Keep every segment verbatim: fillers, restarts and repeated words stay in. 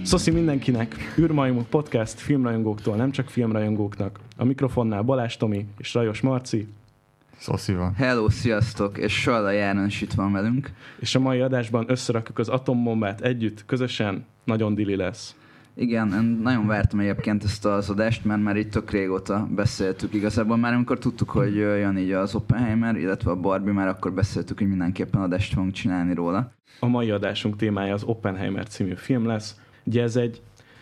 Szoszi mindenkinek, űrmajmok podcast filmrajongóktól, nem csak filmrajongóknak. A mikrofonnál Balázs Tomi és Rajos Marci. Szoszi van. Hello, sziasztok, és Salla János itt van velünk. És a mai adásban összerakjuk az atombombát együtt, közösen, nagyon dili lesz. Igen, én nagyon vártam egyébként ezt az adást, mert már itt tök régóta beszéltük igazából. Már amikor tudtuk, hogy jön így az Oppenheimer, illetve a Barbie, már akkor beszéltük, hogy mindenképpen adást fogunk csinálni róla. A mai adásunk témája az Oppenheimer című film lesz. Ugye ez egy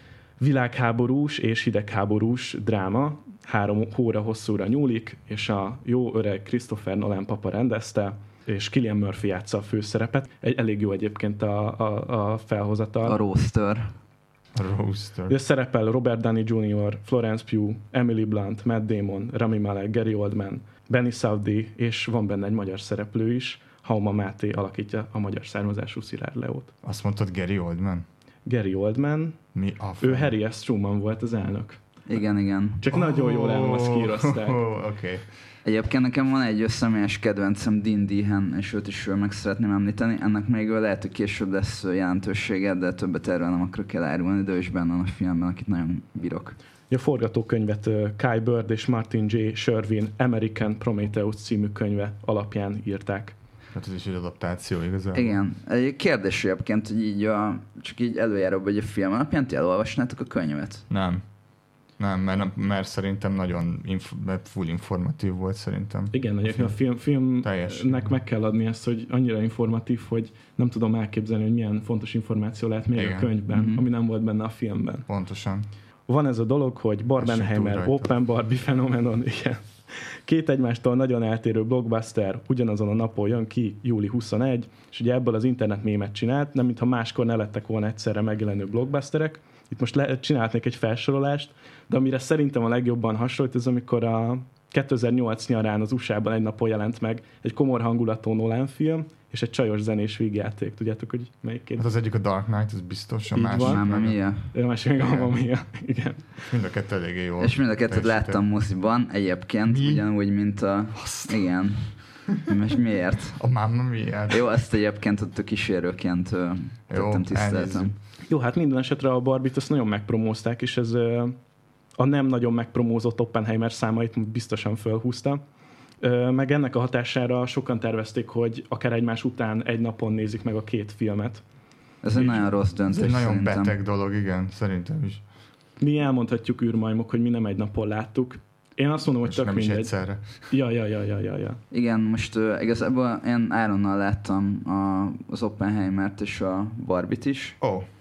világháborús és hidegháborús dráma, három óra hosszúra nyúlik, és a jó öreg Christopher Nolan papa rendezte, és Cillian Murphy játsza a főszerepet. Egy, elég jó egyébként a, a, a felhozatal. A roster. A roster. De szerepel Robert Downey junior, Florence Pugh, Emily Blunt, Matt Damon, Rami Malek, Gary Oldman, Benny Safdie, és van benne egy magyar szereplő is, Hauma Máté alakítja a magyar származású Szilárd Leót. Azt mondtad Gary Oldman? Gary Oldman, Mi a ő Harry S. Truman volt az elnök. Igen, igen. Csak oh, nagyon jól elmaszkírozták. Oh, Oké. Okay. Egyébként nekem van egy személyes kedvencem, Dean Dehan, és őt is meg szeretném említeni. Ennek még lehet, hogy később lesz jelentősége, de többet erről nem akarok elárulni, de ő is benne a filmben, akit nagyon bírok. A forgatókönyvet Kai Bird és Martin J. Sherwin American Prometheus című könyve alapján írták. Hát ez is egy adaptáció igazából. Igen. Egy kérdés egyébként, hogy így a, csak így előjáróban, hogy a film alapján ti elolvasnátok a könyvet? Nem. Nem, mert, mert szerintem nagyon inf- full informatív volt szerintem. Igen, egyébként a film, filmnek Teljesen. meg kell adni ezt, hogy annyira informatív, hogy nem tudom elképzelni, hogy milyen fontos információ lehet még Igen. a könyvben, mm-hmm. ami nem volt benne a filmben. Pontosan. Van ez a dolog, hogy Barbenheimer, Open Barbie fenomenon, igen. Két egymástól nagyon eltérő blockbuster ugyanazon a napon jön ki, július huszonegyedike, és ugye ebből az internet mémet csinált, nem mintha máskor ne lettek volna egyszerre megjelenő blockbusterek. Itt most le, csinálhatnék egy felsorolást, de amire szerintem a legjobban hasonlít, ez amikor a kétezer-nyolc nyarán az u es á-ban egy napon jelent meg egy komor hangulatú Nolan film, és egy csajos zenés vígjáték. Tudjátok, hogy melyik két? Hát az egyik a Dark Knight, az biztos, a Így másik. van, Mamma Mia. A másik meg a Mamma Mia. Igen. Mind a kettő eléggé jó. És mind a kettőt láttam moziban egyébként, Mi? ugyanúgy, mint a... Azt. Igen. És miért? A Mamma Mia. Jó, azt egyébként ott a kísérőként tettem, tiszteltem. Jó, hát minden esetre a Barbie-t azt nagyon megpromózták, és ez a nem nagyon megpromózott Oppenheimer számait biztosan fölhúzta. Meg ennek a hatására sokan tervezték, hogy akár egymás után egy napon nézik meg a két filmet. Ez egy nagyon rossz döntés. Ez egy nagyon szerintem. beteg dolog, igen, szerintem is. Mi elmondhatjuk űrmajmok, hogy mi nem egy napon láttuk. Én azt mondom, hogy és tök nem mindegy. is egyszerre. Ja, ja, ja, ja, ja, ja. Igen, most uh, igazából én Áronnal láttam a, az Oppenheimert és a Barbie-t is. Ó. Oh.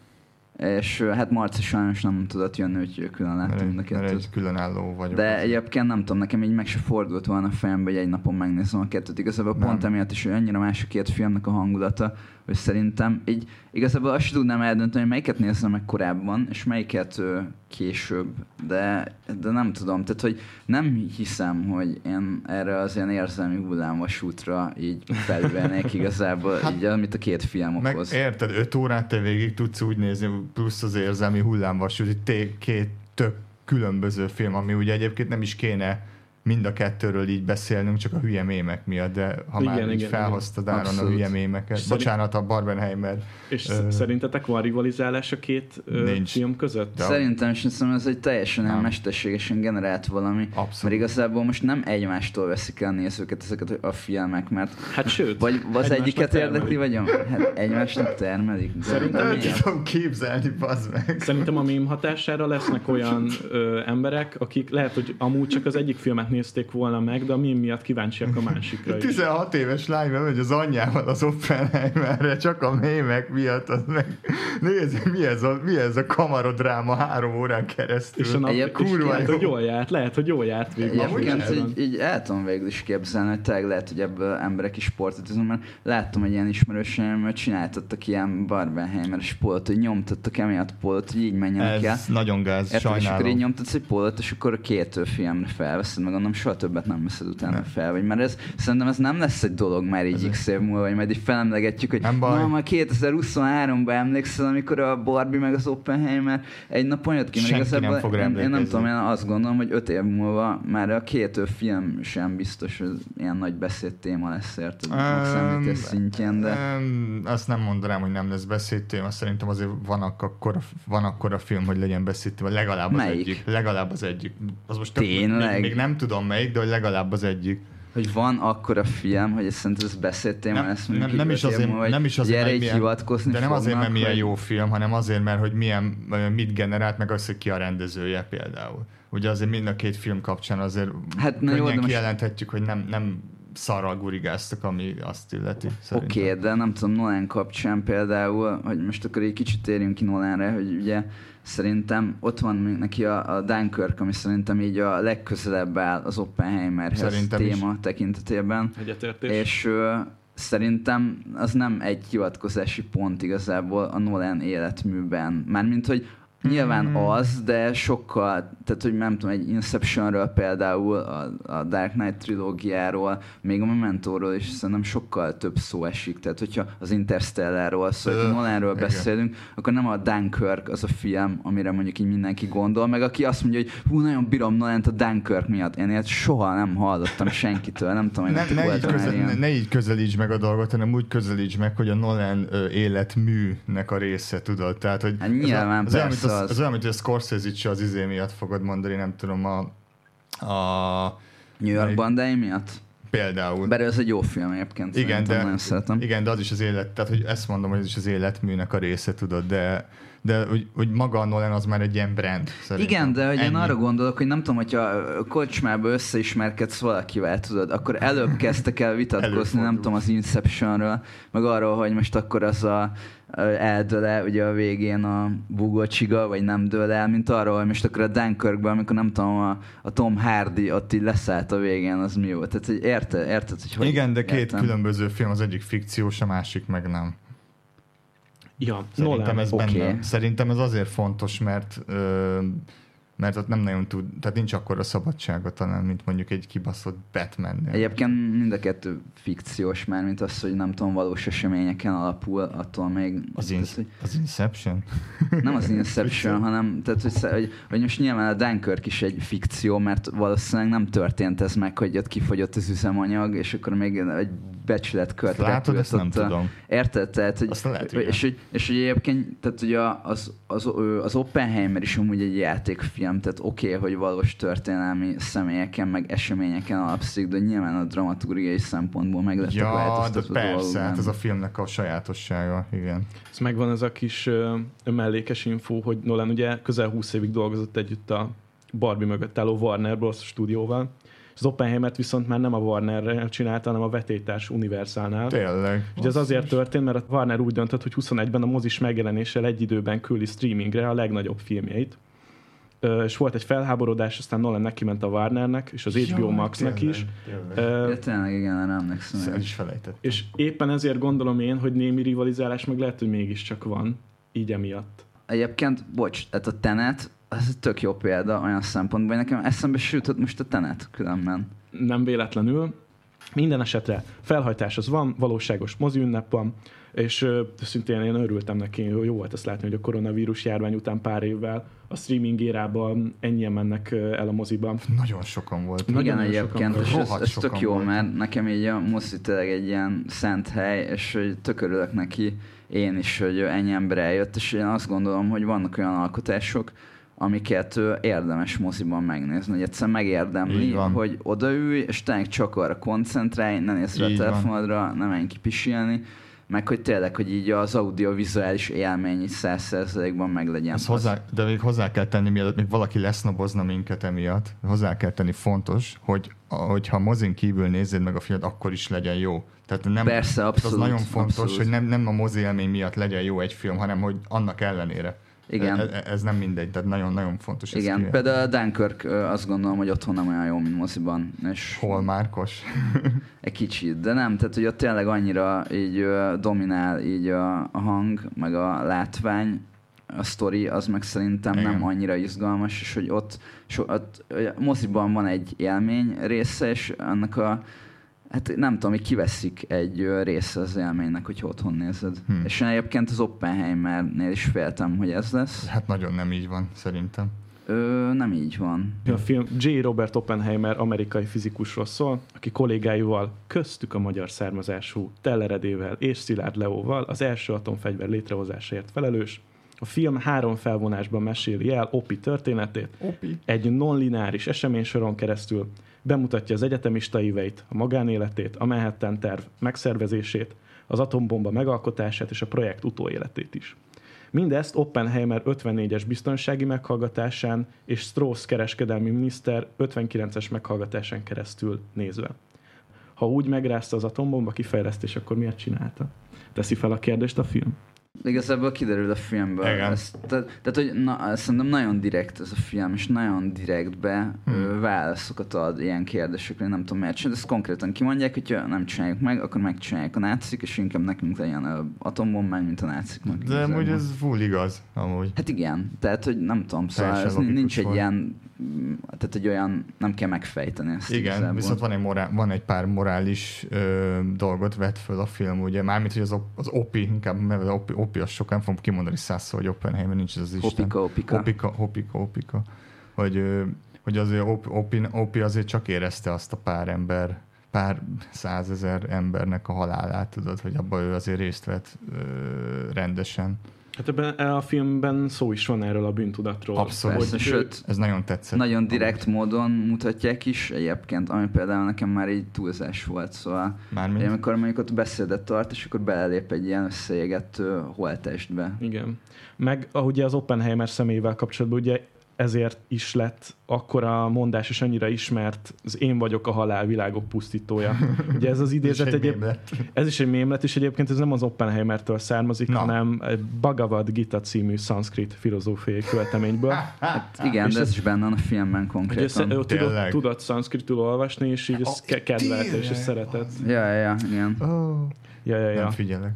És uh, hát Marci sajnos nem tudott jönni, úgyhogy külön láttam mind a kettőt. Mert egy különálló vagyok. De egyébként nem tudom, nekem így meg se fordult volna a fejembe, hogy egy napon megnézem a kettőt. Igazából nem. Pont emiatt is, hogy annyira más a két filmnek a hangulata, hogy szerintem így igazából azt sem tudnám eldönteni, hogy melyiket nézem meg korábban, és melyiket ö, később, de, de nem tudom. Tehát, hogy nem hiszem, hogy én erre az ilyen érzelmi hullámvasútra így felülnék igazából, hát, így, amit a két film okoz. Meg érted, öt órát te végig tudsz úgy nézni, plusz az érzelmi hullámvasút, itt té- két tök különböző film, ami ugye egyébként nem is kéne mind a kettőről így beszélnünk, csak a hülye mémek miatt, de ha igen, már igen, így felhoztad Áron Abszolút. A hülye mémeket. Szerint... Bocsánat, a Barbenheimer. És uh, szerintetek van rivalizálás a két uh, film között? De Szerintem is hiszem, ez egy teljesen nem. mesterségesen generált valami. Abszolút. Mert igazából most nem egymástól veszik el nézőket ezeket a filmek, mert hát sőt, vagy az egyiket érdekli, vagy a, hát egymásnak termelik. Szerintem nem tudom képzelni, bazd meg. Szerintem a mém hatására lesznek olyan ö, emberek, akik lehet, hogy amúgy csak az egyik filmet nézték volna meg, de a mém miatt kíváncsiak a másikra is. tizenhat éves lány megy az anyjával az Oppenheimerre, csak a mémek miatt, az meg nézd, mi ez a, mi ez a kamarodráma három órán keresztül. És a nap, és kurva lehet, hogy jól járt, lehet, hogy jól járt végül. Egyébként így, így el tudom végül is képzelni, hogy tényleg lehet, hogy ebből emberek is sportot, mert láttam egy ilyen ismerősöm, hogy csináltattak ilyen Barbenheimer-es pólót, hogy nyomtattak emiatt pólót, hogy így menjenek el. Ez nagyon gáz, Érted, sajnálom. És akkor így nyomtatsz egy pólót, és akkor a két filmre felveszed, meg a gondolom soha többet nem veszed utána nem. fel, vagy mert ez, szerintem ez nem lesz egy dolog már így x év múlva, vagy majd így felemlegetjük, hogy na, már kétezer-huszonháromban emlékszel, amikor a Barbie meg az Oppenheimer egy napon jött ki, meg igazából nem én, én nem tudom, én azt gondolom, hogy öt év múlva már a két film sem biztos, hogy ilyen nagy beszédtéma lesz, érted? Um, szintjén, de... Um, azt nem mondanám, hogy nem lesz beszédtéma, szerintem azért van akkor, van akkor a film, hogy legyen beszédtéma, legalább melyik? az egyik. Legalább az egyik. Az most tényleg? Még, még nem tudom melyik, de hogy legalább az egyik. Hogy van akkor a film, hogy szerintem ez beszédtéma, ezt nem, nem, nem is azért, múlva, nem is azért mert milyen, hivatkozni de nem fognak, azért, mert milyen hogy... jó film, hanem azért, mert hogy milyen, mit generált, meg az, hogy ki a rendezője például. Ugye azért mind a két film kapcsán azért hát, könnyen jó, kijelenthetjük, most... hogy nem, nem szarral gurigáztak, ami azt illeti. Oké, okay, de nem tudom, Nolan kapcsán például, hogy most akkor egy kicsit térjünk ki Nolanre, hogy ugye szerintem ott van neki a, a Dunkirk, ami szerintem így a legközelebb áll az Oppenheimerhez szerintem téma is. Tekintetében. Egyetértés. És ö, szerintem az nem egy hivatkozási pont igazából a Nolan életműben. Mármint, hogy nyilván hmm. az, de sokkal, tehát hogy nem tudom, egy Inceptionről például, a, a Dark Knight trilógiáról, még a Mementóról is szerintem sokkal több szó esik. Tehát hogyha az Interstellarról, szóval uh, Nolanről beszélünk, akkor nem a Dunkirk az a film, amire mondjuk így mindenki gondol, meg aki azt mondja, hogy hú, nagyon bírom Nolant a Dunkirk miatt. Én ilyet soha nem hallottam senkitől, nem tudom, hogy ne, ne, így közel, ne, ne így közelíts meg a dolgot, hanem úgy közelíts meg, hogy a Nolan ö, életműnek a része, tudod? Tehát, hogy hát nyilván az, az, az, az, az olyan, hogy a Scorsese-t se az izé miatt fogod mondani, nem tudom, a... a New York bandái miatt? Például. Bár ez egy jó film egyébként, igen, de, nagyon szeretem. Igen, de az is az élet, tehát hogy ezt mondom, hogy ez is az életműnek a része, tudod, de de hogy, hogy maga a Nolan az már egy ilyen brand. Szerintem. Igen, de hogy én arra gondolok, hogy nem tudom, hogyha kocsmába összeismerkedsz valakivel, tudod, akkor előbb kezdtek el vitatkozni, nem tudom, az Inceptionről, meg arról, hogy most akkor az a eldől-e ugye a végén a bugócsiga, vagy nem dől el, mint arról, hogy most akkor a Dunkirkben, amikor nem tudom, a, a Tom Hardy ott így leszállt a végén, az mi volt? Tehát, hogy érted, érted, hogy hogy igen, de két értem. különböző film, az egyik fikciós, a másik meg nem. Ja, szerintem Nolan. ez okay. benne. Szerintem ez azért fontos, mert ö, mert ott nem nagyon tud, tehát nincs akkora szabadsága talán, mint mondjuk egy kibaszott Batman-nél. Egyébként mind a kettő fikciós már, mint az, hogy nem tudom, valós eseményeken alapul, attól még... Az, in- hogy az Inception? Nem az Inception, hanem tehát, hogy, hogy, hogy most nyilván a Dunkirk is egy fikció, mert valószínűleg nem történt ez meg, hogy ott kifogyott az üzemanyag, és akkor még egy becsületkört látod, ezt nem tudom. Érted? Tehát, hogy, lehet, és, hogy, és hogy egyébként tehát, ugye az, az, az Oppenheimer is amúgy egy játékfilm, tehát oké, okay, hogy valós történelmi személyeken, meg eseményeken alapszik, de nyilván a dramaturgiai szempontból meg lettek ja, változtatva de persze, dolgokban. hát ez a filmnek a sajátossága, igen. Ez megvan ez a kis uh, mellékes infó, hogy Nolan ugye közel húsz évig dolgozott együtt a Barbie mögött álló Warner Bros. Stúdióval. Az Oppenheimert viszont már nem a Warnerrel csinálta, hanem a vetélytárs Universalnál. Tényleg. Ugye ez azért történt, mert a Warner úgy döntött, hogy huszonegyben a mozis megjelenéssel egy időben küldi streamingre a legnagyobb filmjeit. Uh, és volt egy felháborodás, aztán Nolan neki ment a Warnernek, és az há bé o Maxnak tényleg, is. Tényleg, uh, tényleg igen, nem emlékszem. is felejtettem. És éppen ezért gondolom én, hogy némi rivalizálás meg lehet, hogy mégiscsak van, így emiatt. Egyébként, bocs, tehát a Tenet, az tök jó példa olyan szempontból, hogy nekem eszembe sütött most a Tenet különben. Nem véletlenül. Minden esetre felhajtás az van, valóságos mozi ünnep van, és uh, szintén én örültem neki, hogy jó volt azt látni, hogy a koronavírus járvány után pár évvel a streaming érában ennyien mennek el a moziban. Nagyon sokan volt. Igen, nagyon egyébként, és ez, ez tök jó, volt. mert nekem így a mozi tényleg egy ilyen szent hely, és hogy tök örülök neki én is, hogy ennyi ember eljött, és én azt gondolom, hogy vannak olyan alkotások, amiket érdemes moziban megnézni, hogy egyszer megérdemli, hogy odaülj, és tényleg csak arra koncentrálj, ne nézz rá a telefonodra, ne menj kipisilni, meg hogy tényleg, hogy így az audiovizuális élmény így száz százalékban meglegyen. Hozzá, de még hozzá kell tenni, mielőtt még valaki lesznobozna minket emiatt, hozzá kell tenni fontos, hogy hogyha mozin kívül nézed meg a filmet, akkor is legyen jó. Tehát nem, persze, abszolút. Az nagyon fontos, abszolút. hogy nem, nem a mozi élmény miatt legyen jó egy film, hanem hogy annak ellenére. Igen. Ez, ez nem mindegy, tehát nagyon-nagyon fontos. Igen, például a Dunkirk azt gondolom, hogy otthon nem olyan jó, mint moziban. És hol márkos? Egy kicsit, de nem, tehát hogy ott tényleg annyira így dominál így a, a hang, meg a látvány, a sztori az meg szerintem Igen. nem annyira izgalmas, és hogy ott, so, ott moziban van egy élmény része, és annak a hát nem tudom, hogy kiveszik egy része az élménynek, hogyha otthon nézed. Hmm. És én egyébként az Oppenheimernél is féltem, hogy ez lesz. Hát nagyon nem így van, szerintem. Ö, nem így van. A film J. Robert Oppenheimer amerikai fizikusról szól, aki kollégáival, köztük a magyar származású Teller Edével és Szilárd Leóval az első atomfegyver létrehozásáért felelős. A film három felvonásban meséli el Oppi történetét, Oppi. Egy non-lineáris eseménysoron keresztül, bemutatja az egyetemista éveit, a magánéletét, a Manhattan terv megszervezését, az atombomba megalkotását és a projekt utóéletét is. Mindezt Oppenheimer ötvennégyes biztonsági meghallgatásán és Strauss kereskedelmi miniszter ötvenkilences meghallgatásán keresztül nézve. Ha úgy megrázta az atombomba kifejlesztés, akkor miért csinálta? Teszi fel a kérdést a film? Igazából kiderül a filmből. Ez, tehát, tehát, hogy na, szerintem nagyon direkt ez a film, és nagyon direktbe hmm. válaszokat ad ilyen kérdésekre, nem tudom miért csinálni. Ezt konkrétan kimondják, hogyha nem csináljuk meg, akkor megcsinálják a nácik, és inkább nekünk legyen atombombánk, mint a náciknak. De amúgy ez full igaz, amúgy. Hát igen, tehát, hogy nem tudom, szóval ez nincs egy volt. ilyen, tehát egy olyan, nem kell megfejteni ezt. Igen, igazából. Viszont van egy, morál, van egy pár morális ö, dolgot vett föl a film, ugye, mármint, hogy az, az Oppi, inkább, mert az Oppi, Oppi azt sokan nem fogom kimondani százszor, hogy Oppenheimer nincs az Isten. Opika, Opika. Opika, Opika, Opika. Hogy, hogy azért Oppi, Oppi azért csak érezte azt a pár ember, pár százezer embernek a halálát, tudod, hogy abban ő azért részt vett ö, rendesen. Hát ebben a filmben szó is van erről a bűntudatról. Abszolút. Persze, sőt, ez nagyon tetszett. Nagyon direkt módon mutatják is egyébként, ami például nekem már így túlzás volt, szóval én, amikor mondjuk ott beszédet tart, és akkor belelép egy ilyen összeégető holttestbe. Igen. Meg ahogy az Oppenheimer személyével kapcsolatban ugye ezért is lett akkora mondás, és annyira ismert, az én vagyok a halál világok pusztítója. Ugye ez az idézet ez, egyéb... ez is egy mém lett, és egyébként ez nem az Oppenheimertől származik, Na. hanem egy Bhagavad Gita című szanszkrit filozófiai költeményből. Hát igen, és de ez is benne a filmben konkrétan. Tudod, tudod, tudod szanszkritul olvasni, és így oh, kedvelte, és szeretett. Ja, ja, igen. Oh. Ja, ja, ja. Nem figyelek.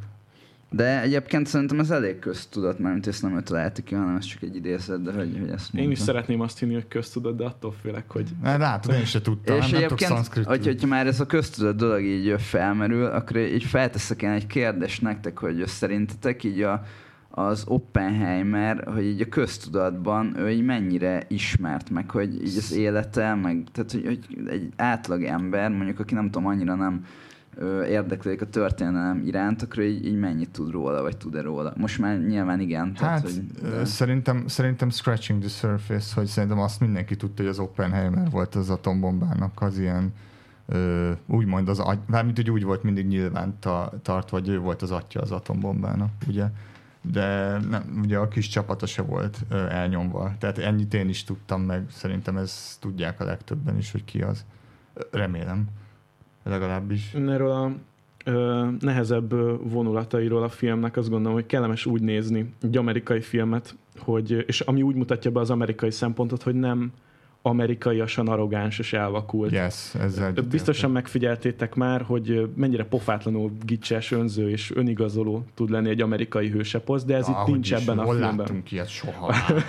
De egyébként szerintem ez elég köztudat, mert mint ezt nem ő találta ki, hanem ez csak egy idézet, de hogy, hogy ezt mondta. Én is szeretném azt hinni, hogy köztudat, de attól félek, hogy... Látod, én se tudtam, és nem egyébként, hogy, hogyha már ez a köztudat dolog így felmerül, akkor így felteszek én egy kérdést nektek, hogy szerintetek így a, az Oppenheimer, hogy így a köztudatban ő így mennyire ismert, meg hogy így az élete, meg tehát, hogy, hogy egy átlag ember, mondjuk aki nem tudom, annyira nem érdeklődik a történelem iránt, akkor így, így mennyit tud róla, vagy tud-e róla? Most már nyilván igen. Tehát, hát hogy, de... szerintem, szerintem scratching the surface, hogy szerintem azt mindenki tudta, hogy az Oppenheimer volt az atombombának az ilyen ö, úgymond az agy, mármint úgy, úgy volt mindig nyilván ta, tartva, hogy ő volt az atya az atombombának, ugye? De nem, ugye a kis csapata se volt ö, elnyomva. Tehát ennyit én is tudtam meg, szerintem ezt tudják a legtöbben is, hogy ki az. Remélem. Legalábbis. Erről a ö, nehezebb vonulatairól a filmnek azt gondolom, hogy kellemes úgy nézni egy amerikai filmet, hogy, és ami úgy mutatja be az amerikai szempontot, hogy nem amerikaiasan arrogáns és elvakult. Yes, ezzel biztosan megfigyeltétek már, hogy mennyire pofátlanul gicses, önző és önigazoló tud lenni egy amerikai hőseposz, de ez ja, itt nincs is, ebben a hol filmben. Láttunk ilyet soha.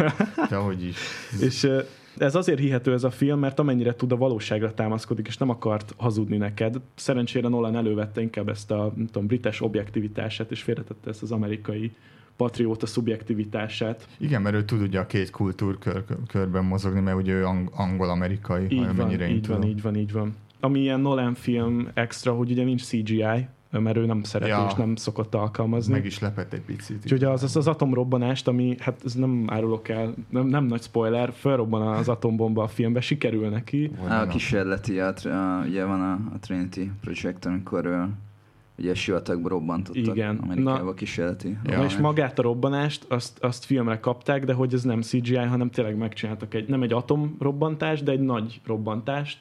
De hogy is. És ez azért hihető ez a film, mert amennyire tud, a valóságra támaszkodik, és nem akart hazudni neked. Szerencsére Nolan elővette inkább ezt a nem tudom, brites objektivitását, és félretette ezt az amerikai patrióta szubjektivitását. Igen, mert ő tud ugye a két kultúr kör, körben mozogni, mert ugye ő ang- angol-amerikai. Így van, így van, így van, így van. Ami ilyen Nolan film extra, hogy ugye nincs cé gé í, mert ő nem szereti ja, és nem szokott alkalmazni. Meg is lepett egy picit. Úgyhogy az, az, az atomrobbanást, ami, hát ez nem árulok el, nem, nem nagy spoiler, felrobban az atombomba a filmbe, sikerül neki. A, a kísérleti, a, a, ugye van a, a Trinity Project, amikor ő, ugye a sivatagba robbantottak. Igen. Amerikában kísérleti. Ja, és magát a robbanást, azt, azt filmre kapták, de hogy ez nem cé gé í, hanem tényleg megcsináltak egy, nem egy atomrobbantást, de egy nagy robbantást,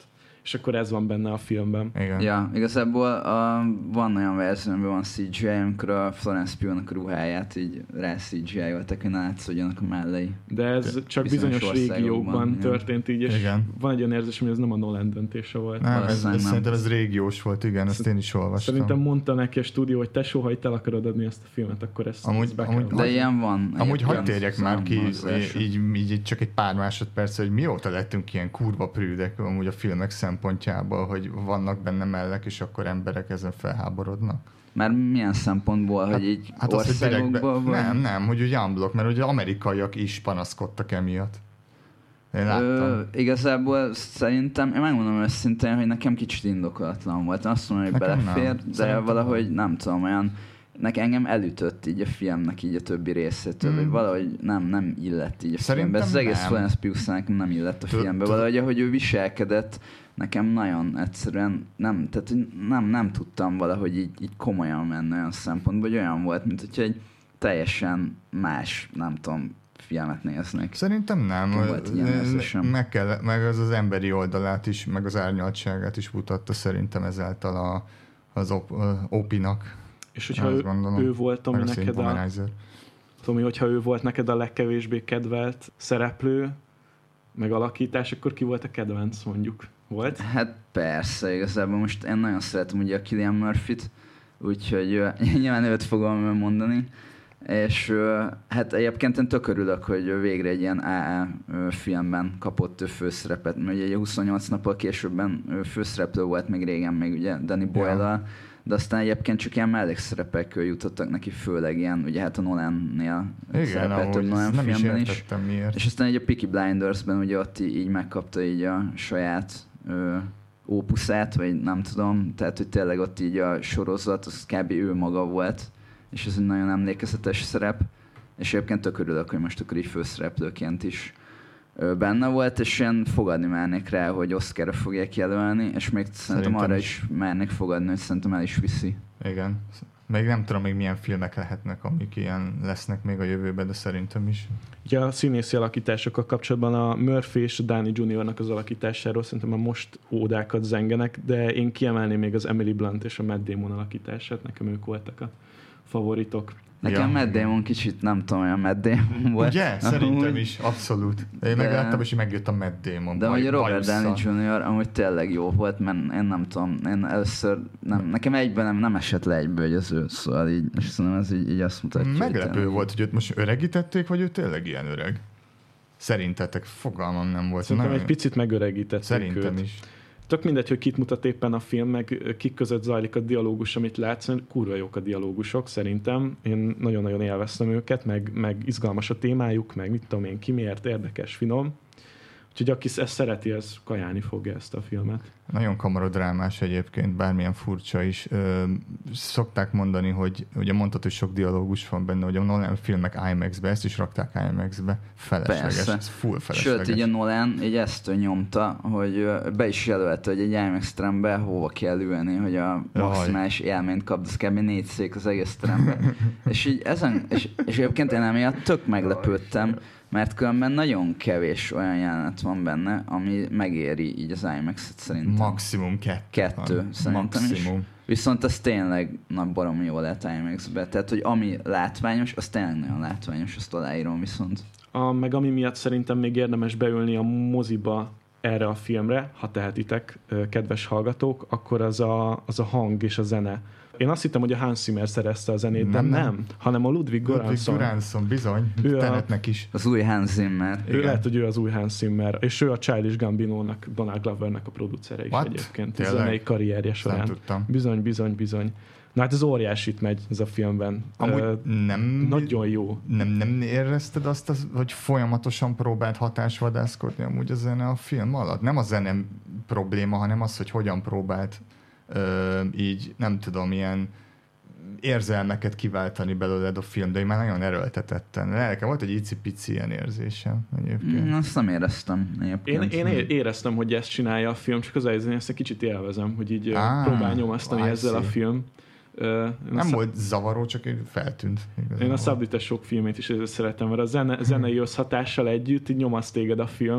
és akkor ez van benne a filmben. Igen. Ja, igazából a, van olyan verzió, amiben van cé gé í, amikor a Florence Pugh-nak a ruháját így rá cé gé í-oltak, hogy ne látszódjanak a mellei. De ez csak bizonyos, bizonyos régiókban igen. történt így, és igen. van egy olyan érzés, hogy ez nem a Nolan döntése volt. Nem, ez, ez nem. Szerintem ez régiós volt, igen, ezt én is olvastam. Szerintem mondta neki a stúdió, hogy te soha itt el akarod adni ezt a filmet, akkor ezt, amúgy, ezt be amúgy, De ilyen van. Amúgy hagyd térjek már ki, így, így, így csak egy pár másodperc, hogy mióta lettünk ilyen kurva prűdek amúgy a filmek szempontjából, hogy vannak benne mellek, és akkor emberek ezen felháborodnak. Már milyen szempontból, hát, hogy így hát országokból? Be... Nem, nem, hogy ugye unblock, mert ugye amerikaiak is panaszkodtak emiatt. Én láttam. Ö, igazából szerintem, én megmondom őszintén, hogy nekem kicsit indokolatlan volt. Azt mondom, hogy nekem belefér, nem. de szerintem valahogy nem tudom, olyan nek engem elütött így a filmnek így a többi részétől, mm. hogy valahogy nem, nem illett így a szerintem filmbe. Ez az egész nem. Florence Pugh nekem nem illett a filmbe. Valahogy ahogy ő viselkedett, nekem nagyon egyszerűen nem, tehát nem, nem tudtam valahogy így, így komolyan menni olyan szempontból, hogy olyan volt, mint hogyha egy teljesen más, nem tudom, filmet néznek. Szerintem nem. Meg, kell, meg az az emberi oldalát is, meg az árnyaltságát is mutatta szerintem ezáltal a, az op, Opinak. És hogyha ő, ő volt, Tomi, neked a, Tomi, hogyha ő volt neked a legkevésbé kedvelt szereplő, meg alakítás, akkor ki volt a kedvenc, mondjuk? Volt? Hát persze, igazából most én nagyon szeretem ugye a Cillian Murphyt, úgyhogy nyilván őt fogom mondani, és hát egyébként én tök örülök, hogy végre egy ilyen á á filmben kapott ő főszerepet, mert ugye huszonnyolc nappal későbben főszereplő volt még régen, még ugye Danny Boyle-al, ja. De aztán egyébként csak ilyen mellékszerepekkel jutottak neki, főleg ilyen, ugye hát a Nolan-nél szerepelt több Nolan filmben is. Miért. És aztán egy a Peaky Blinders-ben ugye ott így megkapta így a saját ö, ópuszát, vagy nem tudom, tehát hogy tényleg ott így a sorozat, az kb. Ő maga volt, és ez egy nagyon emlékezetes szerep, és egyébként tök örülök, hogy most akkor így főszereplőként is benne volt, és én fogadni mernék rá, hogy Oscarra fogják jelölni, és még szerintem, szerintem arra is. is mernék fogadni, hogy szerintem el is viszi. Igen. Még nem tudom, még milyen filmek lehetnek, amik ilyen lesznek még a jövőben, de szerintem is. Ugye a színészi alakításokkal kapcsolatban a Murphy és a Downey juniornak az alakításáról szerintem már most ódákat zengenek, de én kiemelném még az Emily Blunt és a Matt Damon alakítását, nekem ők voltak a favoritok. Nekem ja. Matt Damon kicsit, nem tudom, olyan Matt Damon volt. Ugye? Szerintem úgy... is, abszolút. Én de... megláttam, és megjött a Matt Damon. De hogy Robert Downey junior amúgy tényleg jó volt, mert én nem tudom, én először, nem, nekem egyben nem, nem esett le egyből, hogy az ő, szóval így, és szerintem ez így, így azt mutatja. Meglepő hogy volt, hogy őt most öregítették, vagy ő tényleg ilyen öreg? Szerintetek fogalmam nem volt. Szerintem egy picit megöregítették Szerintem őt. is. Tök mindegy, hogy kit mutat éppen a film, meg kik között zajlik a dialógus, amit látsz, kurva jók a dialógusok szerintem. Én nagyon-nagyon élveztem őket, meg, meg izgalmas a témájuk, meg mit tudom én, ki miért, érdekes, finom. Úgyhogy aki ezt szereti, az kajálni fogja ezt a filmet. Nagyon kamarodrámás egyébként, bármilyen furcsa is. Ö, szokták mondani, hogy ugye mondtad, hogy sok dialógus van benne, hogy a Nolan filmek IMAX-be, ezt is rakták IMAX-be. Felesleges, persze. Ez full felesleges. Sőt, így a Nolan így ezt nyomta, hogy be is jelölte, hogy egy IMAX terembe hova kell ülni, hogy a maximális élményt kapd, az kb. négy szék az egész teremben. és így ezen, és, és egyébként én emiatt tök meglepődtem, mert különben nagyon kevés olyan jelenet van benne, ami megéri így az IMAX-et szerintem. Maximum kettő. Kettő, van. Szerintem Maximum. Is. Viszont az tényleg na, baromi jól lehet IMAX-be. Tehát, hogy ami látványos, az tényleg nagyon látványos, azt aláírom viszont. A, meg ami miatt szerintem még érdemes beülni a moziba erre a filmre, ha tehetitek, kedves hallgatók, akkor az a, az a hang és a zene. Én azt hittem, hogy a Hans Zimmer szerezte a zenét, de nem, nem, nem hanem a Ludwig Göransson. Ludwig Göransson, bizony, Tenetnek is. Az új Hans Zimmer. Ő lehet, hogy ő az új Hans Zimmer, és ő a Childish Gambino-nak, Donald Glovernek a producere is What? Egyébként. A zenei karrierje során. Nem tudtam. Bizony, bizony, bizony. Na hát ez óriásit megy ez a filmben. Amúgy uh, nem, nagyon jó. Nem, nem érezted azt, az, hogy folyamatosan próbált hatásvadászkodni amúgy a zene a film alatt? Nem a zene probléma, hanem az, hogy hogyan próbált uh, így, nem tudom, ilyen érzelmeket kiváltani belőled a film, de én már nagyon erőltetetten. Nekem volt egy icipici ilyen érzésem egyébként. Mm, azt nem éreztem egyébként. Én, én éreztem, hogy ezt csinálja a film, csak az helyzet, ezt egy kicsit élvezem, hogy így ah, próbál nyomasztani I ezzel see. A film. Uh, nem szab... volt zavaró, csak feltűnt. Én a Szabdites sok filmét is ezzel szeretem, mert a zene, zenei összhatással együtt így nyomaszt téged a film,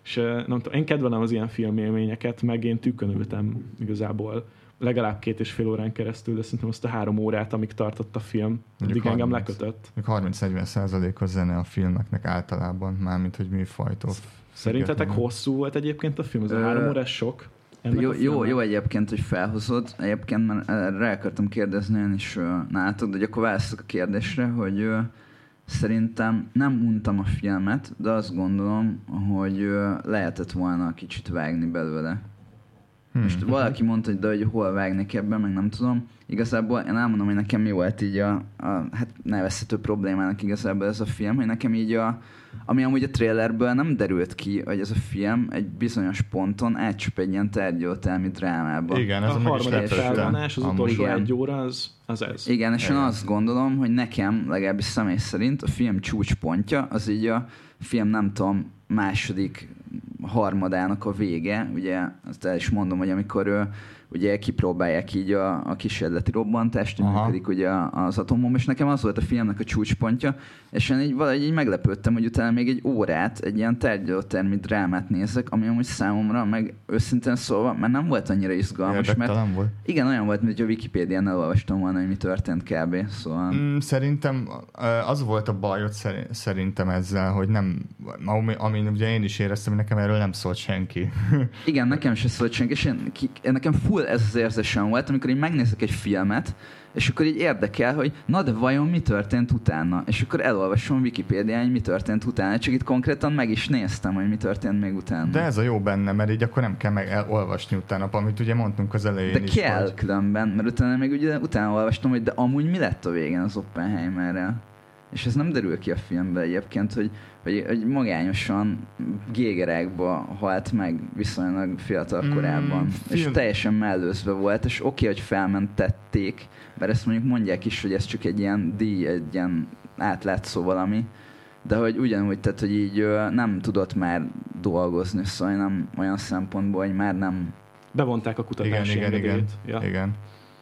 És nem tudom, én kedvelem az ilyen filmélményeket, meg én tükkönültem igazából legalább két és fél órán keresztül, de szerintem azt a három órát, amíg tartott a film, addig engem lekötött. harminc-negyven százalék a zene a filmeknek általában, mármint, hogy műfajtól. Szerintetek hosszú volt egyébként a film? Az a három órás sok? Jó, jó, jó egyébként, hogy felhozod. Egyébként már rá akartam kérdezni én is uh, nálatok, de akkor választok a kérdésre, hogy uh, szerintem nem untam a filmet, de azt gondolom, hogy uh, lehetett volna kicsit vágni belőle. Hmm. Most valaki mondta, hogy de hogy hol vágnék ebben, meg nem tudom. Igazából én elmondom, hogy nekem mi volt így a, a hát nevezhető problémának igazából ez a film, hogy nekem így a, ami amúgy a trailerből nem derült ki, hogy ez a film egy bizonyos ponton átcsap egy ilyen tárgyaltelmi drámába. Igen, ez a, a harmadik felvonás, az utolsó igen. egy óra, az, az ez. Igen, és igen. én azt gondolom, hogy nekem, legalábbis személy szerint a film csúcspontja, az így a film nem tudom, második harmadának a vége, ugye azt el is mondom, hogy amikor ő, ugye kipróbálják így a, a kísérleti robbantást, hogy működik ugye az atombomba, és nekem az volt a filmnek a csúcspontja, és én így valahogy így meglepődtem, hogy utána még egy órát, egy ilyen tárgyalótermi drámát nézek, ami amúgy számomra, meg őszintén szólva, mert nem volt annyira izgalmas, mert volt. Igen, olyan volt, mint hogy a Wikipédián elolvastam volna, hogy mi történt kb. Szóval... Mm, szerintem az volt a bajod szerintem ezzel, hogy nem, ami, ami ugye én is éreztem, hogy nekem erről nem szólt senki. Igen, nekem se szólt senki, és én, ki, nekem full ez az érzésem volt, amikor én megnézek egy filmet, és akkor így érdekel, hogy na de vajon mi történt utána? És akkor elolvasom Wikipédián, hogy mi történt utána. Csak itt konkrétan meg is néztem, hogy mi történt még utána. De ez a jó benne, mert így akkor nem kell meg elolvasni utána, amit ugye mondtunk az elején de is. De kell vagy... különben, mert utána még ugye utána olvastam, hogy de amúgy mi lett a végén az Oppenheimerrel. És ez nem derül ki a filmben egyébként, hogy, hogy, hogy magányosan gégerákba halt meg viszonylag fiatal korában. Mm, és teljesen mellőzve volt, és oké, hogy felmentették, mert ezt mondjuk mondják is, hogy ez csak egy ilyen díj, egy ilyen átlátszó valami, de hogy ugyanúgy, tehát, hogy így nem tudott már dolgozni, szóval nem olyan szempontból, hogy már nem... Bevonták a kutatási igen, igen, igen, ja. igen.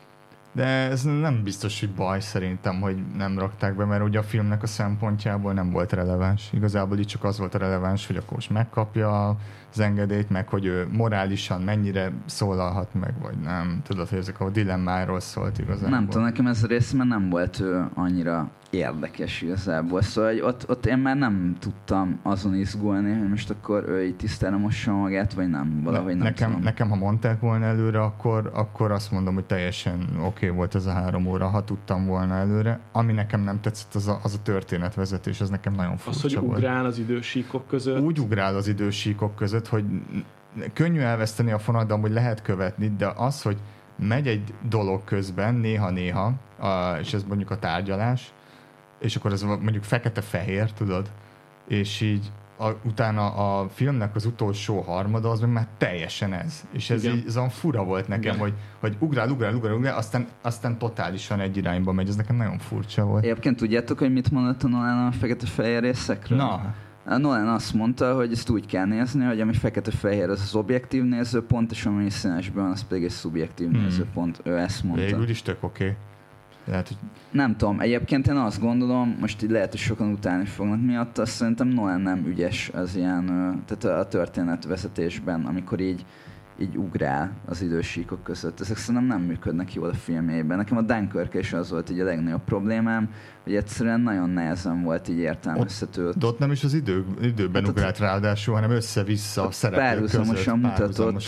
De ez nem biztos, hogy baj szerintem, hogy nem rakták be, mert ugye a filmnek a szempontjából nem volt releváns. Igazából itt csak az volt a releváns, hogy akkor most megkapja az engedélyt, meg hogy ő morálisan mennyire szólalhat meg, vagy nem. Tudod, hogy ezek a dilemmáról szólt igazából. Nem tudom, nekem ez a rész, mert nem volt ő annyira érdekes igazából. Szóval hogy ott, ott én már nem tudtam azon izgulni, hogy most akkor ő így tisztára mossa magát, vagy nem, valahogy nem nekem, tudom. Nekem, ha mondták volna előre, akkor, akkor azt mondom, hogy teljesen oké okay volt ez a három óra, ha tudtam volna előre. Ami nekem nem tetszett, az a, az a történetvezetés, az nekem nagyon furcsa volt. Az, hogy volt. ugrál az idősíkok között. Úgy ugrál az idősíkok között, hogy könnyű elveszteni a fonat, de amúgy lehet követni, de az, hogy megy egy dolog közben, néha-néha, és ez mondjuk a tárgyalás, és akkor ez mondjuk fekete-fehér, tudod, és így a, utána a filmnek az utolsó harmada, az meg már teljesen ez. És ez, így, ez olyan fura volt nekem, hogy, hogy ugrál, ugrál, ugrál, ugrál, aztán, aztán totálisan egy irányba megy. Ez nekem nagyon furcsa volt. Egyébként tudjátok, hogy mit mondott a Nolan a fekete-fehér részekről? Na. A Nolan azt mondta, hogy ezt úgy kell nézni, hogy ami fekete-fehér, az az objektív nézőpont, és ami színesben, az pedig egy szubjektív hmm. nézőpont. Ő ezt mondta. Végül is tök oké. Okay. Lehet, hogy... Nem tudom, egyébként én azt gondolom, most így lehet, hogy sokan utálni fognak miatt, azt szerintem Nolan nem ügyes az ilyen, tehát a történetvezetésben, amikor így, így ugrál az idősíkok között. Ezek szerintem nem működnek jól a filmjében. Nekem a Dunkirk is az volt így a legnagyobb problémám, hogy egyszerűen nagyon nehezen volt így értelmezhető. De ott nem is az idő, időben hát ugrált ráadásul, hanem össze-vissza a szereplők között. Párhuzamosan mutatott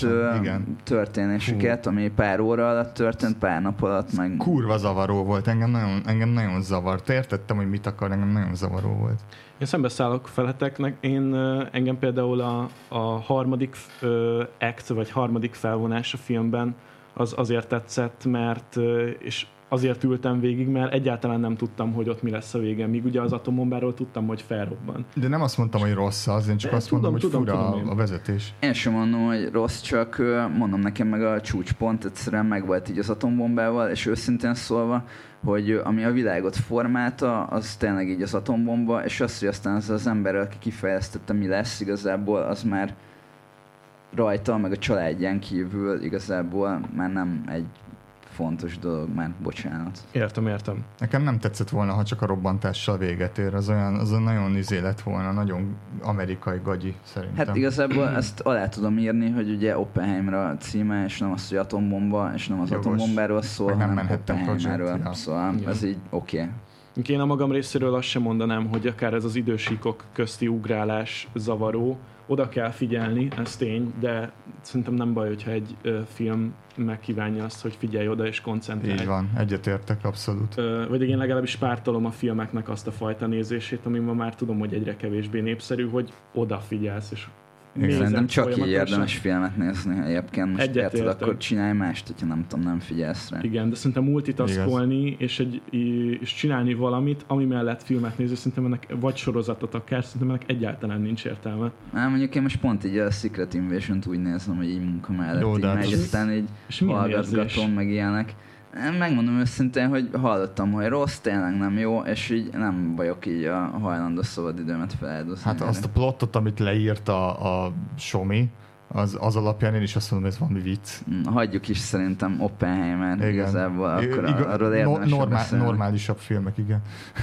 történéseket, ami pár óra alatt történt, pár nap alatt. Meg... Kurva zavaró volt, engem nagyon, engem nagyon zavart. Értettem, hogy mit akar, engem nagyon zavaró volt. Én szembeszállok feleteknek. Én engem például a, a harmadik uh, act, vagy harmadik felvonás a filmben az azért tetszett, mert és azért ültem végig, mert egyáltalán nem tudtam, hogy ott mi lesz a vége. Míg ugye az atombombáról tudtam, hogy felrobban. De nem azt mondtam, hogy rossz az, én csak De azt tudom, mondom, hogy tudom, fura tudom a, a vezetés. Én sem mondom, hogy rossz, csak mondom nekem meg a csúcspont egyszerűen meg volt így az atombombával, és őszintén szólva, hogy ami a világot formálta, az tényleg így az atombomba, és az, hogy aztán az az ember, aki kifejlesztette, mi lesz igazából, az már rajta, meg a családján kívül igazából már nem egy fontos dolog, már bocsánat. Értem, értem. Nekem nem tetszett volna, ha csak a robbantással véget ér. Az olyan, az olyan nagyon izé lett volna, nagyon amerikai gagyi szerintem. Hát igazából ezt alá tudom írni, hogy ugye Oppenheimer a címe, és nem az, hogy atombomba, és nem az Jogos. atombombáról szól, Meg nem hanem Oppenheimerről. ja. Szóval Igen. ez így oké. Okay. Én a magam részéről azt sem mondanám, hogy akár ez az idősíkok közti ugrálás zavaró, oda kell figyelni, ez tény, de szerintem nem baj, hogyha egy ö, film megkívánja azt, hogy figyelj oda és koncentrálj. Így van, egyetértek abszolút. Ö, vagy én legalábbis pártolom a filmeknek azt a fajta nézését, ami ma már tudom, hogy egyre kevésbé népszerű, hogy odafigyelsz, és Szerintem csak így érdemes filmet nézni egyébként. Most Egyet érted, értek. akkor csinálj mást, hogyha nem tudom, nem figyelsz rá. Igen, de szerintem multitaskolni és, egy, és csinálni valamit, ami mellett filmet nézni, szerintem ennek, vagy sorozatot akár, szerintem ennek egyáltalán nincs értelme. Nem, mondjuk én most pont így a Secret Invasion-t úgy nézem, hogy így munka mellett Jó, így de megy, az- aztán így És milyen érzés? hallgatgatom, meg ilyenek. Én megmondom őszintén, hogy hallottam, hogy rossz, tényleg nem jó, és így nem vagyok így a hajlandó szabadidőmet feláldozni. Hát erre. azt a plottot, amit leírt a, a Somi, az, az alapján én is azt mondom, hogy ez valami vicc. Mm, hagyjuk is szerintem Oppenheimer Igen. igazából, akkor Iga- arról érdemes no, normál, beszélni. normálisabb filmek, igen.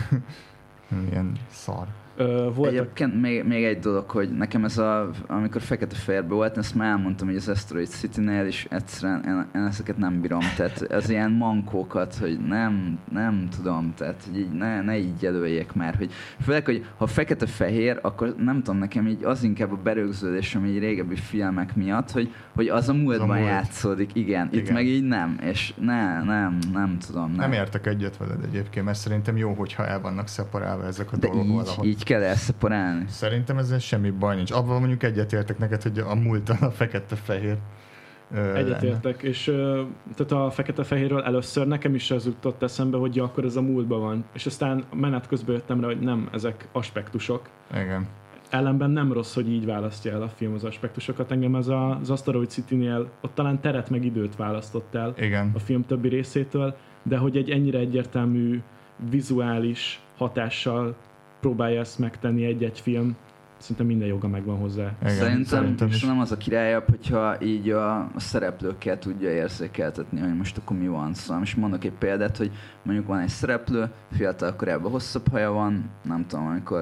Ilyen szar. Ö, voltak, Egyébként még, még egy dolog, hogy nekem ez a, amikor fekete-fehérbe volt, ezt már elmondtam, hogy az Asteroid City-nél is egyszerűen én, én ezeket nem bírom, tehát az ilyen mankókat, hogy nem, nem tudom, tehát hogy így ne, ne így jelöljék már, hogy főleg, hogy ha fekete-fehér, akkor nem tudom, nekem így az inkább a berögződésem így régebbi filmek miatt, hogy, hogy az a múltban múlt. játszódik, igen, itt Igen. meg így nem, és ne, nem, nem tudom. Nem értek egyet veled egyébként, mert szerintem jó, hogyha el vannak szeparálva ezek a De dolgok így, valahogy. így kell elszeparálni. Szerintem ezzel semmi baj nincs. Abban mondjuk egyetértek neked, hogy a múltan a fekete-fehér ö, lenne. egyetértek, és ö, tehát a fekete-fehérről először nekem is az jutott eszembe, hogy ja, akkor ez a múltban van. És aztán menet közben jöttem rá, hogy nem, ezek aspektusok. Igen. Ellenben nem rossz, hogy így választja el a film az aspektusokat. Engem ez a, az Asteroid City-nél ott talán teret meg időt választott el Igen. a film többi részétől, de hogy egy ennyire egyértelmű vizuális hatással próbálja ezt megtenni egy-egy film, szerintem minden joga megvan hozzá. Igen. Szerintem, Szerintem is. nem az a királyabb, hogyha így a, a szereplőkkel tudja érzékeltetni, hogy most akkor mi van. Szóval most mondok egy példát, hogy mondjuk van egy szereplő, fiatal korában hosszabb haja van, nem tudom, amikor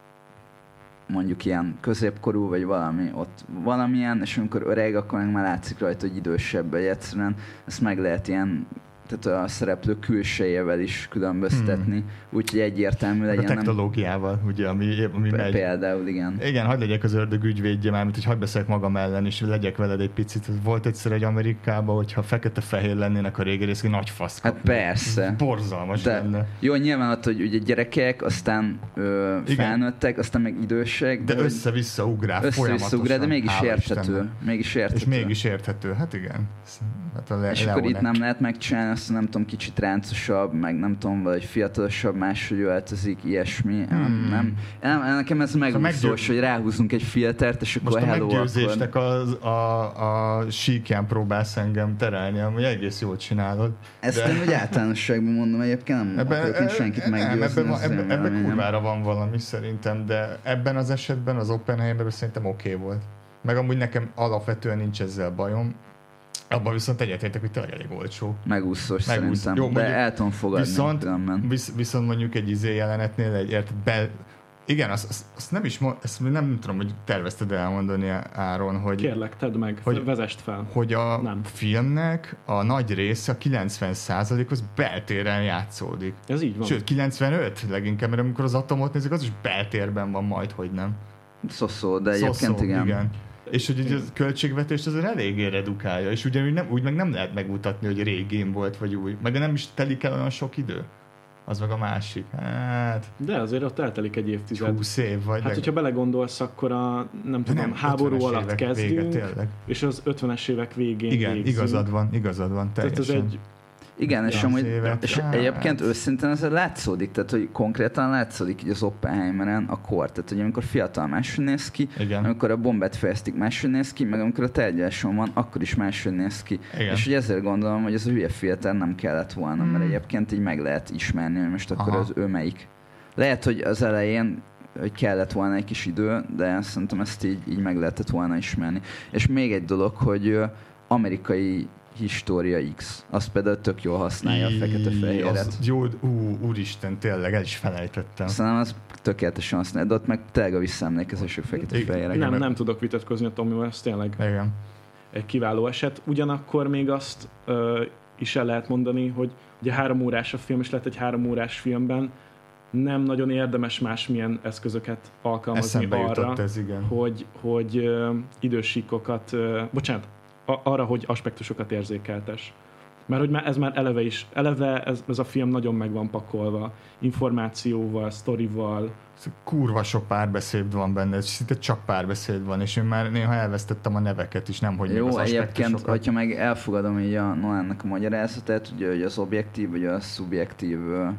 mondjuk ilyen középkorú, vagy valami, ott valamilyen, és amikor öreg, akkor meg már látszik rajta, hogy idősebb, vagy egyszerűen ezt meg lehet ilyen, tehát a szereplő külsejével is különböztetni, hmm. úgyhogy egyértelmű legyen. A technológiával, ugye, ami, ami nem... megy. Például, igen. Igen, hagyd legyek az ördög ügyvédje, mármint, hogy hagyd beszéljek magam ellen, és legyek veled egy picit. Volt egyszer egy Amerikában, hogyha fekete-fehér lennének a régi részek, nagy fasz Hát kapni. persze. Borzalmas De lenne. jó, nyilván ott, hogy ugye gyerekek, aztán ö, felnőttek, aztán meg idősek. De hogy össze-vissza ugrál össze-vissza ugrál, de mégis hála érthető. Istennek. Mégis érthető. És mégis érthető, hát igen. Hát a le- És akkor itt Leonek. nem lehet megcsinálni, azt nem tudom, kicsit ráncosabb, meg nem tudom, vagy fiatalosabb, máshogy öltözik, ilyesmi. Hmm. Nem, nem, nekem ez megúszós, meggyő- hogy ráhúzunk egy filtert, és akkor Most a hello, akkor... meggyőzésnek az, a, a síkján próbálsz engem terelni, ami egész jól csinálod. Ezt de- én úgy általánosságban mondom, egyébként nem Ebben, akarok én senkit nem, meggyőzni. ebben, ez az én ebben, ebben véleményem. kurvára van valami szerintem, de ebben az esetben az Oppenheimerben szerintem oké okay volt. Meg amúgy nekem alapvetően nincs ezzel bajom. Abban viszont egyetértek, hogy tényleg elég olcsó. Megúszós Megúsz- szerintem, jó, de mondjuk el tudom fogadni. Viszont, különben. visz, viszont mondjuk egy izé jelenetnél, egy érted, be, igen, azt, azt, azt nem is, mo- ezt nem tudom, hogy tervezted elmondani, Áron, hogy, Kérlek, tedd meg, Hogy- vezest fel. hogy a Nem. filmnek a nagy része, a kilencven százalék az beltéren játszódik. Ez így van. Sőt, kilencvenöt leginkább, mert amikor az atomot nézzük, az is beltérben van majd, hogy nem. Szó-szó, de Szó-szó, egyébként igen. igen. És hogy így a költségvetést azért eléggé redukálja, és ugyanúgy nem, úgy meg nem lehet megmutatni, hogy régén volt, vagy új. Meg nem is telik el olyan sok idő. Az meg a másik. Hát, De azért ott eltelik egy évtized. húsz év vagy. Hát, hogyha belegondolsz, akkor a nem tudom, nem, háború ötvenes alatt évek kezdünk, vége, tényleg. és az ötvenes évek végén Igen, végzünk. igazad van, igazad van, Tehát teljesen. ez egy Igen, és, Ja, amúgy, az évet. és Hát. egyébként őszintén ez látszódik, tehát hogy konkrétan látszódik így az Oppenheimeren a kor, tehát hogy amikor fiatal máshogy néz ki, Igen. amikor a bombát fejeztik máshogy néz ki, meg amikor a tárgyaláson van, akkor is máshogy néz ki. Igen. És hogy ezért gondolom, hogy ez a hülye filter nem kellett volna, mert Hmm. egyébként így meg lehet ismerni, hogy most akkor Aha. az ő melyik. Lehet, hogy az elején hogy kellett volna egy kis idő, de szerintem ezt így, így meg lehetett volna ismerni. És még egy dolog, hogy ö, amerikai História X. Azt például tök jól használja a fekete-fehéret. Jó, ú, úristen, tényleg el is felejtettem. Szerintem az tökéletesen használja, de ott meg tényleg a visszaemlékezésük fekete-fehérek. Nem, nem tudok vitatkozni a Tomival, ez tényleg Igen. egy kiváló eset. Ugyanakkor még azt ö, is el lehet mondani, hogy ugye három órás a film, és lehet egy három órás filmben nem nagyon érdemes másmilyen eszközöket alkalmazni Eszembe arra, ez, igen. hogy, hogy ö, idősíkokat, ö, bocsánat, a, arra, hogy aspektusokat érzékeltes. Mert hogy már ez már eleve is, eleve ez, ez a film nagyon meg van pakolva, információval, sztorival. Kurva sok párbeszéd van benne, szinte csak párbeszéd van, és én már néha elvesztettem a neveket is, nem hogy Jó, az egyébként, hogyha meg elfogadom így a Nolannak a magyarázatát, ugye, hogy az objektív, vagy a szubjektív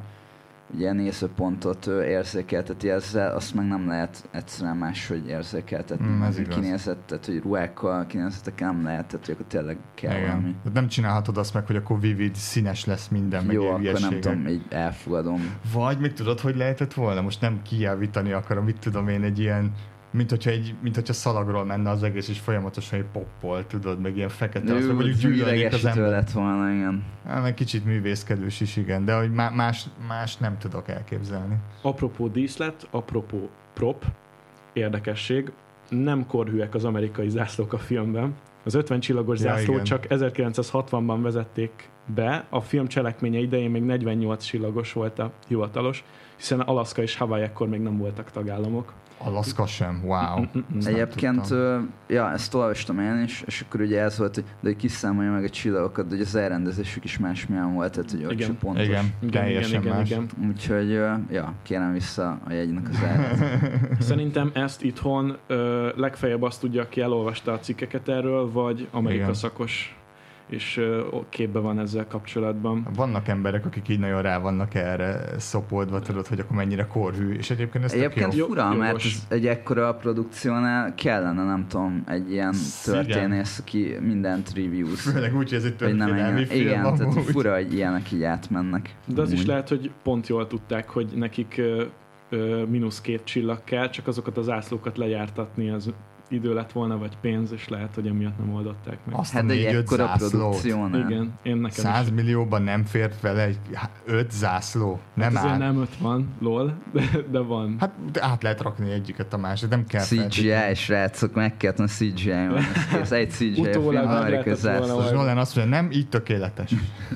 ugye nézőpontot érzékelteti ezzel, azt meg nem lehet egyszerűen máshogy érzékeltetni. Mm, ez kinézett, tehát hogy ruhákkal, kinézetekkel nem lehet, tehát hogy akkor tényleg kell igen. valami. Nem csinálhatod azt meg, hogy akkor vivid, színes lesz minden, meg jó, ilyen akkor nem tudom, így elfogadom. Vagy mit tudod, hogy lehetett volna? Most nem kijávítani akarom, mit tudom én, egy ilyen mint hogyha, egy, mint hogyha szalagról menne az egész, és folyamatosan egy poppol, tudod, meg ilyen fekete, azt meg mondjuk gyűlölnék az ember. lett volna, igen. Hát, meg kicsit művészkedős is, igen, de hogy más, más nem tudok elképzelni. Apropó díszlet, apropó prop, érdekesség, nem korhűek az amerikai zászlók a filmben. Az ötven csillagos ja, zászlót igen. csak ezerkilencszázhatvanban vezették be, a film cselekménye idején még negyvennyolc csillagos volt a hivatalos, hiszen Alaszka és Hawaii ekkor még nem voltak tagállamok. Alaszka sem, wow. Egyébként, ja, ezt olvastam én is, és akkor ugye ez volt, hogy, de hogy kiszámolja meg a csillagokat, de hogy az elrendezésük is másmilyen volt, tehát hogy ott sem pontos. Igen, teljesen igen, más. Igen, igen. Úgyhogy, ja, kérem vissza a jegynek az árat. Szerintem ezt itthon ö, legfeljebb azt tudja, aki elolvasta a cikkeket erről, vagy Amerika igen. szakos, és ö, képbe van ezzel kapcsolatban. Vannak emberek, akik így nagyon rá vannak erre szopoldva, tudod, hogy akkor mennyire korhű, és egyébként ez egyébként jó. fura, jó, mert ez egy ekkora produkciónál kellene, nem tudom, egy ilyen történész, aki mindent reviews. Főleg úgy, hogy ez egy történelmi film. Igen, amúgy. tehát fura, hogy ilyenek így átmennek. De az amúgy. Is lehet, hogy pont jól tudták, hogy nekik ö, ö, mínusz két csillag kell, csak azokat az ászlókat lejártatni, az idő lett volna, vagy pénz, és lehet, hogy emiatt nem oldották meg. Azt hát a egy ekkora produkciónál. Igen, én nekem száz millióban nem fért vele egy öt zászló. Nem hát áll. nem öt van, lol, de, de van. Hát de át lehet rakni egyiket a másik, nem kell cé gé í, srácok, meg kellett a cé gé í van. Ez egy cé gé í film, amerikai zászló. És Nolan azt mondja, nem, így tökéletes.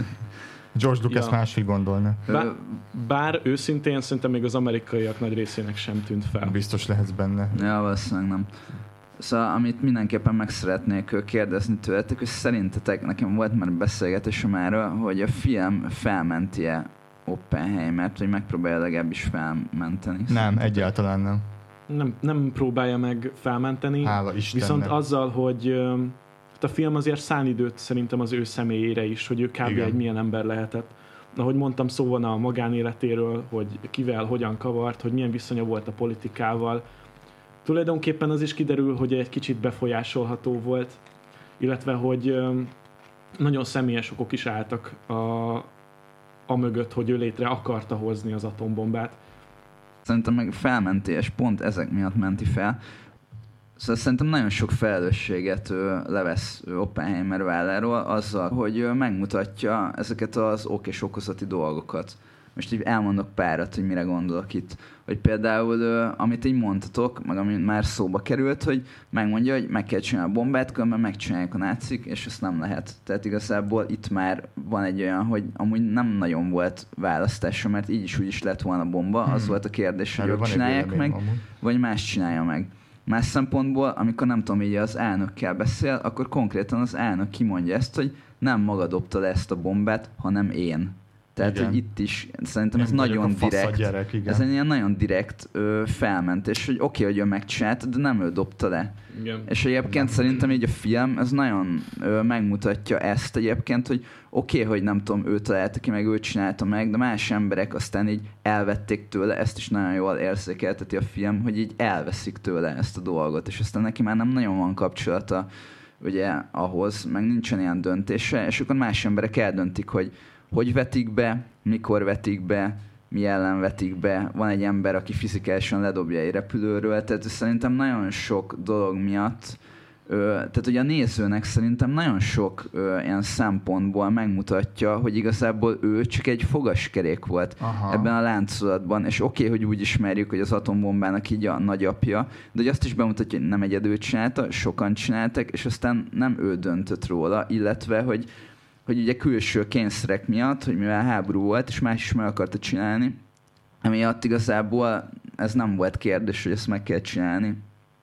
George Lucas ja. máshogy gondolna. Bár, bár őszintén szerintem még az amerikaiak nagy részének sem tűnt fel. Biztos lehetsz benne. Ja, valószínűleg nem. Szóval, amit mindenképpen meg szeretnék kérdezni tőletek, hogy szerintetek, nekem volt már beszélgetésem erről, hogy a film felmenti-e Oppenheimert, vagy megpróbálja legalábbis felmenteni? Nem, egyáltalán nem. Nem, nem próbálja meg felmenteni. Hála Istennek. Viszont azzal, hogy a film azért szán időt szerintem az ő személyére is, hogy ő kb. Igen. Egy milyen ember lehetett. Ahogy mondtam, szó van a magánéletéről, hogy kivel, hogyan kavart, hogy milyen viszonya volt a politikával. Tulajdonképpen az is kiderül, hogy egy kicsit befolyásolható volt, illetve, hogy nagyon személyes okok is álltak a, a mögött, hogy ő létre akarta hozni az atombombát. Szerintem meg felmenti, és pont ezek miatt menti fel. Szóval szerintem nagyon sok felelősséget levesz Oppenheimer válláról azzal, hogy megmutatja ezeket az ok és okozati dolgokat. Most így elmondok párat, hogy mire gondolok itt. Hogy például, amit így mondtatok, meg ami már szóba került, hogy megmondja, hogy meg kell csinálni a bombát, különben megcsinálják a nácik, és ezt nem lehet. Tehát igazából itt már van egy olyan, hogy amúgy nem nagyon volt választása, mert így is úgy is lett volna bomba. Az hmm. volt a kérdés, hogy ők csinálják meg, amúgy. Vagy más csinálja meg. Más szempontból, amikor nem tudom, így az elnökkel beszél, akkor konkrétan az elnök kimondja ezt, hogy nem maga dobta le ezt a bombát, hanem én. Tehát, igen. Hogy itt is szerintem ez nagyon direkt, gyerek, ez egy ilyen nagyon direkt ö, felmentés, hogy oké, okay, hogy ő megcsinálta, de nem ő dobta le. Igen. És egyébként nem. Szerintem így a film, ez nagyon ö, megmutatja ezt egyébként, hogy oké, okay, hogy nem tudom, ő találta ki, meg ő csinálta meg, de más emberek aztán így elvették tőle, ezt is nagyon jól érzékelteti a film, hogy így elveszik tőle ezt a dolgot, és aztán neki már nem nagyon van kapcsolata ugye ahhoz, meg nincsen ilyen döntése, és akkor más emberek eldöntik, hogy hogy vetik be, mikor vetik be, mi ellen vetik be. Van egy ember, aki fizikálisan ledobja egy repülőről, tehát szerintem nagyon sok dolog miatt tehát ugye a nézőnek szerintem nagyon sok ö, ilyen szempontból megmutatja, hogy igazából ő csak egy fogaskerék volt Aha. ebben a láncolatban, és oké, okay, hogy úgy ismerjük, hogy az atombombának így a nagyapja, de hogy azt is bemutatja, hogy nem egyedül csinálta, sokan csináltak, és aztán nem ő döntött róla, illetve, hogy, hogy ugye külső kényszerek miatt, hogy mivel háború volt, és más is meg akarta csinálni, emiatt igazából ez nem volt kérdés, hogy ezt meg kell csinálni.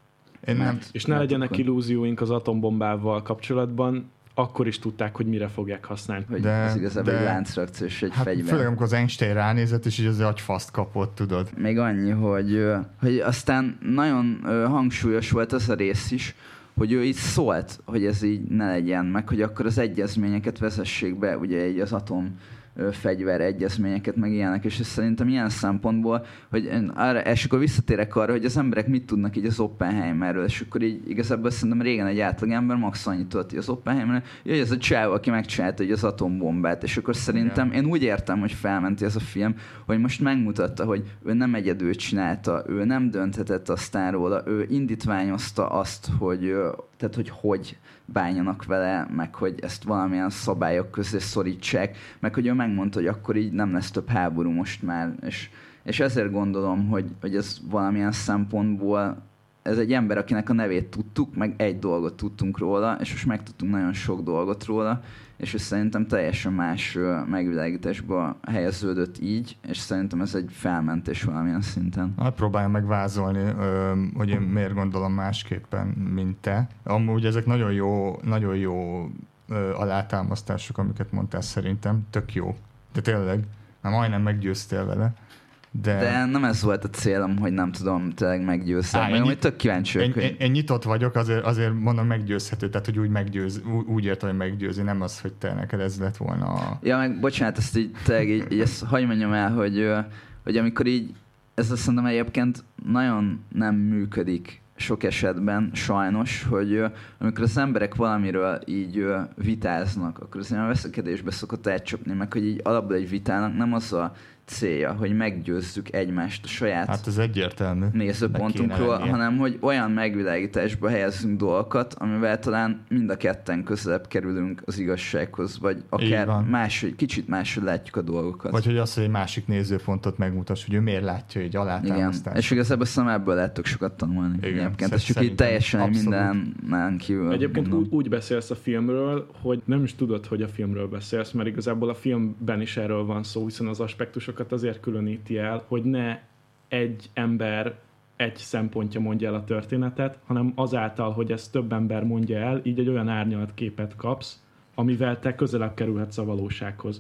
Én nem, és ne legyenek akkor illúzióink az atombombával kapcsolatban, akkor is tudták, hogy mire fogják használni. Hogy de, ez igazából de, egy láncreakciós, egy hát fegyver. Főleg amikor az Einstein ránézett, és így az agyfaszt kapott, tudod. Még annyi, hogy, hogy aztán nagyon hangsúlyos volt az a rész is, hogy ő így szólt, hogy ez így ne legyen, meg hogy akkor az egyezményeket vezessék be, ugye így az atom fegyver egyezményeket, meg ilyenek, és ez szerintem ilyen szempontból, hogy arra, és akkor visszatérek arra, hogy az emberek mit tudnak így az Oppenheimerről, és akkor így igazából szerintem régen egy átlagember max annyit tudott így az Oppenheimerről, hogy ez a csáv, aki megcsinálta így az atombombát, és akkor szerintem én úgy értem, hogy felmenti ez a film, hogy most megmutatta, hogy ő nem egyedül csinálta, ő nem dönthetett aztán róla, ő indítványozta azt, hogy tehát, hogy hogy bánjanak vele, meg hogy ezt valamilyen szabályok közé szorítsák, meg hogy ő megmondta, hogy akkor így nem lesz több háború most már, és, és ezért gondolom, hogy, hogy ez valamilyen szempontból ez egy ember, akinek a nevét tudtuk, meg egy dolgot tudtunk róla, és most megtudtunk nagyon sok dolgot róla, és ő szerintem teljesen más megvilágításba helyeződött így, és szerintem ez egy felmentés valamilyen szinten. Hát próbáljam meg vázolni, hogy én miért gondolom másképpen, mint te. Amúgy ezek nagyon jó, nagyon jó alátámasztások, amiket mondtál szerintem. Tök jó. De tényleg, már majdnem meggyőztél vele. De... de nem ez volt a célom, hogy nem tudom tényleg meggyőzni. Meg nyit... tök kíváncsi én, hogy... én, én nyitott vagyok, azért, azért mondom meggyőzhető, tehát hogy úgy meggyőz, úgy értem, hogy meggyőzi, nem az, hogy te neked ez lett volna a... Ja, meg bocsánat, ezt így tényleg így, így ezt hagyj mondjam el, hogy, hogy amikor így, ez azt mondom egyébként nagyon nem működik sok esetben sajnos, hogy amikor az emberek valamiről így vitáznak, akkor az ilyen veszekedésbe szokott átcsapni, meg hogy így alapból egy vitának nem az a célja, hogy meggyőzzük egymást a saját hát ez egyértelmű. nézőpontunkról, hanem hogy olyan megvilágításba helyezünk dolgokat, amivel talán mind a ketten közelebb kerülünk az igazsághoz, vagy akár máshogy, kicsit máshogy látjuk a dolgokat. Vagy hogy azt, hogy egy másik nézőpontot megmutass, hogy ő miért látja egy alátámasztást. Igen, és igazából szem ebből lehetök sokat tanulni. Igen, ez csak így teljesen minden kívül. Egyébként úgy, úgy beszélsz a filmről, hogy nem is tudod, hogy a filmről beszélsz, mert igazából a filmben is erről van szó, hiszen az aspektusok azért különíti el, hogy ne egy ember egy szempontja mondja el a történetet, hanem azáltal, hogy ezt több ember mondja el, így egy olyan árnyalt képet kapsz, amivel te közelebb kerülhetsz a valósághoz.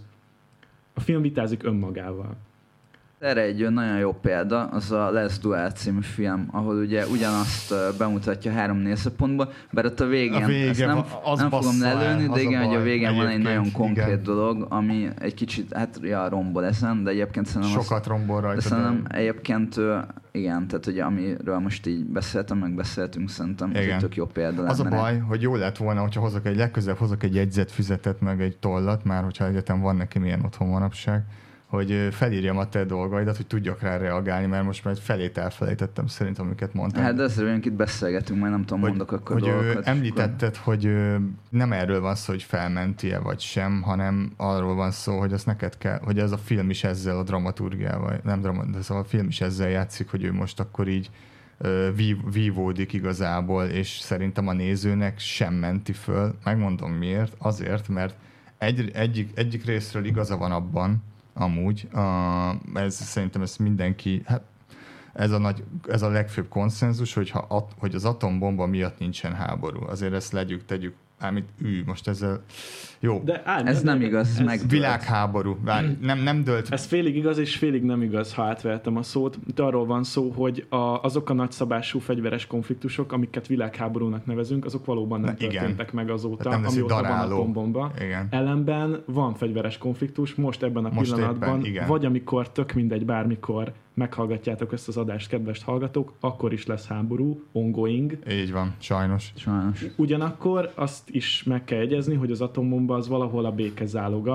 A film vitázik önmagával. Erre egy nagyon jó példa, az a Les Duel című film, ahol ugye ugyanazt bemutatja három nézőpontból, bár ott a végén, a vége, ezt nem, az nem fogom lelőni, de igen, hogy a végén van egy nagyon konkrét igen. dolog, ami egy kicsit, hát ja, rombol ezen, de egyébként szerintem... Sokat az, rombol rajta. De szerintem de... egyébként, igen, tehát ugye amiről most így beszéltem, meg beszéltünk, szerintem ez egy tök jó példa. Az a baj, hogy jó lett volna, hogyha hozok egy legközelebb hozok egy jegyzetfüzetet, meg egy tollat, már hogyha egyetem van nekem ilyen otthon manapság, hogy felírjam a te dolgaidat, hogy tudjak rá reagálni, mert most már egy felét elfelejtettem szerintem, amiket mondtam. Hát de ezzel itt beszélgetünk, majd nem tudom, hogy, mondok akkor hogy dolgokat. Említetted, hogy nem erről van szó, hogy felmenti-e vagy sem, hanem arról van szó, hogy az neked kell, hogy ez a film is ezzel a dramaturgiával, nem dramaturgiával, de szóval a film is ezzel játszik, hogy ő most akkor így vív, vívódik igazából, és szerintem a nézőnek sem menti föl. Megmondom miért. Azért, mert egy, egyik, egyik részről igaza van abban, amúgy, uh, ez szerintem ez mindenki, hát ez a, nagy, ez a legfőbb konszenzus, hogyha at, hogy az atombomba miatt nincsen háború. Azért ezt legyük, tegyük, ámint ű, most ezzel jó. De áll, ez nem igaz, ez meg világháború. Nem, nem dölt. Ez félig igaz és félig nem igaz, ha átvertem a szót. Itt arról van szó, hogy a, azok a nagyszabású fegyveres konfliktusok, amiket világháborúnak nevezünk, azok valóban nem Na, történtek igen. meg azóta, amióta van atombomba. Igen. Ellenben van fegyveres konfliktus most ebben a most pillanatban, éppen, vagy amikor, tök mindegy, bármikor meghallgatjátok ezt az adást, kedves hallgatók, akkor is lesz háború, ongoing. Így van, sajnos. sajnos. Ugyanakkor azt is meg kell jegyezni, hogy az atombomba az valahol a béke záloga,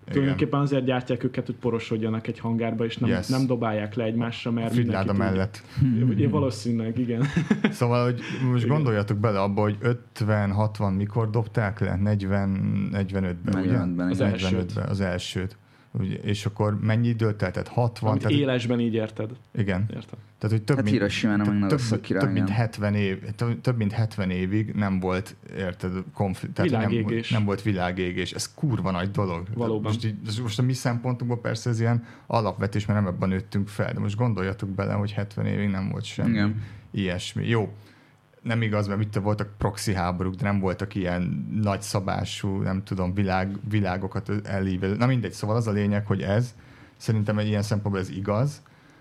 Tulajdonképpen azért gyártják őket, hogy porosodjanak egy hangárba, és nem, yes. nem dobálják le egymásra, mert mindenki mellett. Én valószínűleg, igen. Szóval, hogy most igen. gondoljatok bele abba, hogy ötven hatvan mikor dobták le? negyven negyvenötben, ugye? Az negyvenötben, az elsőt. Ugye, és akkor mennyi időt teltett? hatvan? Amit tehát, élesben így érted. Igen. Értem. Tehát, hogy több, hát mint, több, több, több, mint hetven év, több, több mint hetven évig nem volt, érted, konflikt, világégés. Nem, nem volt világégés. Ez kurva nagy dolog. Valóban. Most, így, most a mi szempontunkból persze ez ilyen alapvetés, mert nem ebben nőttünk fel, de most gondoljatok bele, hogy hetven évig nem volt semmi igen. ilyesmi. Jó, nem igaz, mert itt voltak proxy háborúk, de nem voltak ilyen nagyszabású, nem tudom, világ, világokat elívelő. Na mindegy, szóval az a lényeg, hogy ez, szerintem egy ilyen szempontból ez igaz.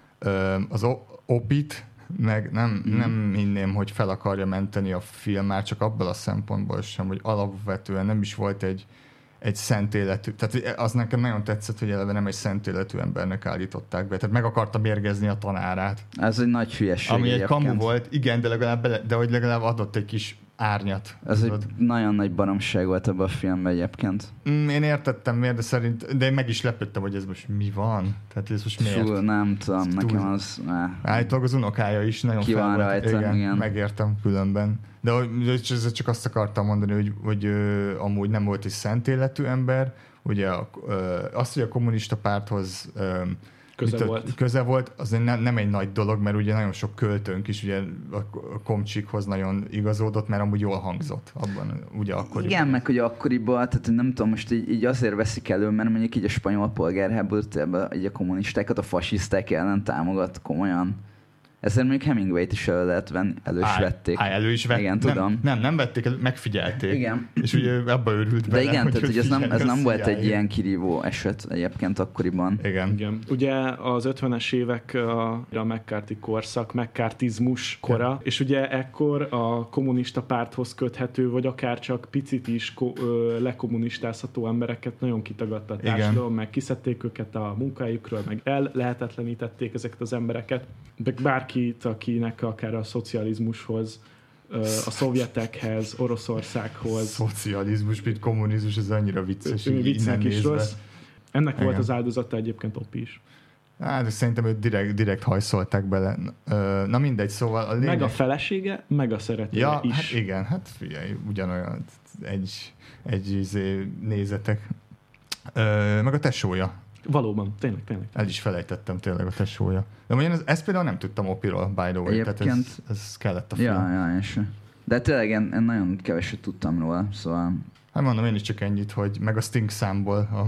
Az opit, meg nem, mm. nem hinném, hogy fel akarja menteni a film, már csak abból a szempontból sem, hogy alapvetően nem is volt egy, egy szent életű, tehát az nekem nagyon tetszett, hogy eleve nem egy szent életű embernek állították be, tehát meg akarta mérgezni a tanárát. Ez egy nagy hülyeség. Ami egy kamu volt, igen, de legalább, bele, de hogy legalább adott egy kis árnyat. Ez tudod. Egy nagyon nagy baromság volt ebben a filmben egyébként. Mm, én értettem miért, de szerint, de én meg is lepődtem, hogy ez most mi van. Tehát ez most miért? Fú, nem tudom, ez nekem túl... az... Állítólag az unokája is nagyon ki fel van volt. Rajta, igen, igen. Megértem különben. De hogy, csak azt akartam mondani, hogy, hogy ö, amúgy nem volt egy szent életű ember. Ugye ö, azt, hogy a kommunista párthoz ö, köze, mit, volt. köze volt, az nem, nem egy nagy dolog, mert ugye nagyon sok költőnk is ugye a komcsikhoz nagyon igazódott, mert amúgy jól hangzott abban, ugye akkoriban. Igen, meg hogy akkoriban, tehát nem tudom, most így, így azért veszik elő, mert mondjuk így a spanyol polgárháborút, így a kommunistákat, a fasiszták ellen támogat komolyan. Ezért mondjuk Hemingway-t is elő lehet venni, elő is vették. Á, elő is vették. Igen, tudom. Nem, nem, nem vették, megfigyelték. Igen. És ugye abba örült bele, de igen, hogy tehát hogy ez nem, ez nem volt egy ilyen ilyen kirívó eset egyébként akkoriban. Igen. Igen. Ugye az ötvenes évek a, a McCarthy korszak, McCarthyzmus kora, ja. És ugye ekkor a kommunista párthoz köthető, vagy akár csak picit is ko, ö, lekommunistázható embereket nagyon kitagadta a társadalom, meg kiszedték őket a munkájukról, meg el lehetetlenítették ezeket az embereket. De bárkit, akinek akár a szocializmushoz, a szovjetekhez, Oroszországhoz. Szocializmus, mint kommunizmus, ez annyira vicces, így innen is nézve. Rossz. Ennek igen. volt az áldozata egyébként Opi is. Hát, szerintem őt direkt, direkt hajszolták bele. Na mindegy, szóval a lényeg... Meg a felesége, meg a szeretője ja, is. Hát igen, hát figyelj, ugyanolyan egy, egy izé nézetek. Meg a tesója. Valóban, tényleg, tényleg. El is felejtettem tényleg a tesója. De mondjuk ezt például nem tudtam Opiról, by the way. Tehát ez, ez kellett a film. Ja, ja, és... De tényleg én, én nagyon keveset tudtam róla, szóval... Hát mondom én is csak ennyit, hogy meg a Sting számból a...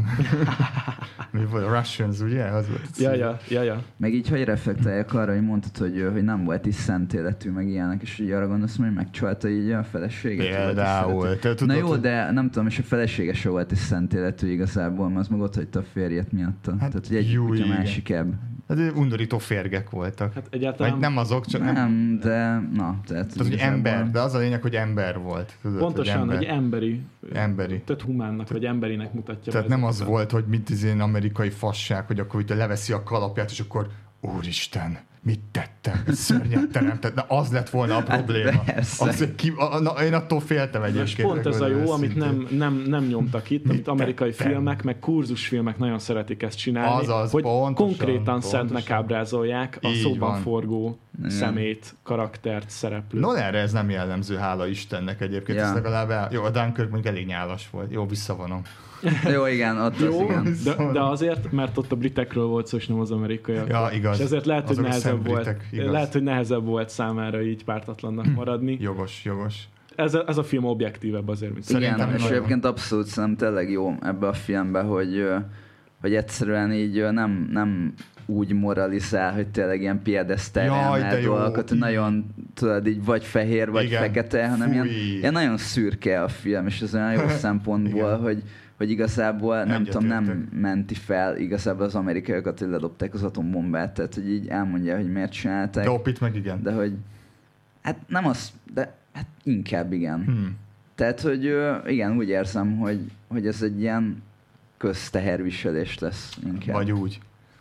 mi volt? A Russians, ugye? Az volt ja, ja, ja, ja. Meg így hogy reflektáljak arra, hogy mondtad, hogy, hogy nem volt is szent életű, meg ilyenek, és így arra gondolsz, hogy megcsalta így a feleséget. Például. Na jó, hogy... de nem tudom, és a felesége se volt is szent életű igazából, mert az meg ott hagyta a férjet miatta. Hát tehát egy jó, a másik ebb. Hát undorító férgek voltak. Hát egyáltalán... Vagy nem azok, csak nem. Nem, de na, tehát... Tehát, hogy ember, de az a lényeg, hogy ember volt. Tudod, pontosan, hogy, ember. hogy emberi. Emberi. Tehát humánnak, vagy emberinek mutatja. Tehát nem az volt, hogy mit az én amerikai fasság, hogy akkor itt leveszi a kalapját, és akkor úristen, mit tettem? Szörnyet teremtett. De az lett volna a probléma. Az, ki, a, na, én attól féltem egyébként. És pont ez a jó, amit nem, nem, nem nyomtak itt, amit amerikai tettem? filmek, meg kurzusfilmek nagyon szeretik ezt csinálni, Azaz, hogy pontosan, konkrétan pontosan. szentnek ábrázolják a így szóban van. forgó igen. szemét, karaktert, szereplőt. No, erre ez nem jellemző, hála Istennek egyébként. Ja. Ez legalább el... Jó, a Dunkirk mondjuk elég nyálas volt. Jó, visszavonom. Jó, igen, ott jó, az igen. De, de azért, mert ott a britekről volt szó, és nem az amerikaiak. Ja, igaz. És ezért lehet, hogy nehezebb volt, britek, lehet, hogy nehezebb volt számára így pártatlannak maradni. Jogos, jogos. Ez a, ez a film objektívebb azért, mint igen, szerintem. És egyébként abszolút szerintem tényleg jó ebbe a filmbe, hogy, hogy egyszerűen így nem, nem úgy moralizál, hogy tényleg ilyen piedesztálnál dolgokat, hogy nagyon tudod, így vagy fehér, vagy igen. fekete, hanem ilyen, ilyen nagyon szürke a film, és ez olyan jó szempontból, hogy hogy igazából nem Egyet tudom, értek. nem menti fel igazából az amerikaiakat, hogy ledobták az atombombát, tehát hogy így elmondja, hogy miért csinálták. De Opit meg igen. De hogy, hát nem az, de hát inkább igen. Hmm. Tehát, hogy igen, úgy érzem, hogy, hogy ez egy ilyen közteherviselés lesz inkább. Vagy úgy.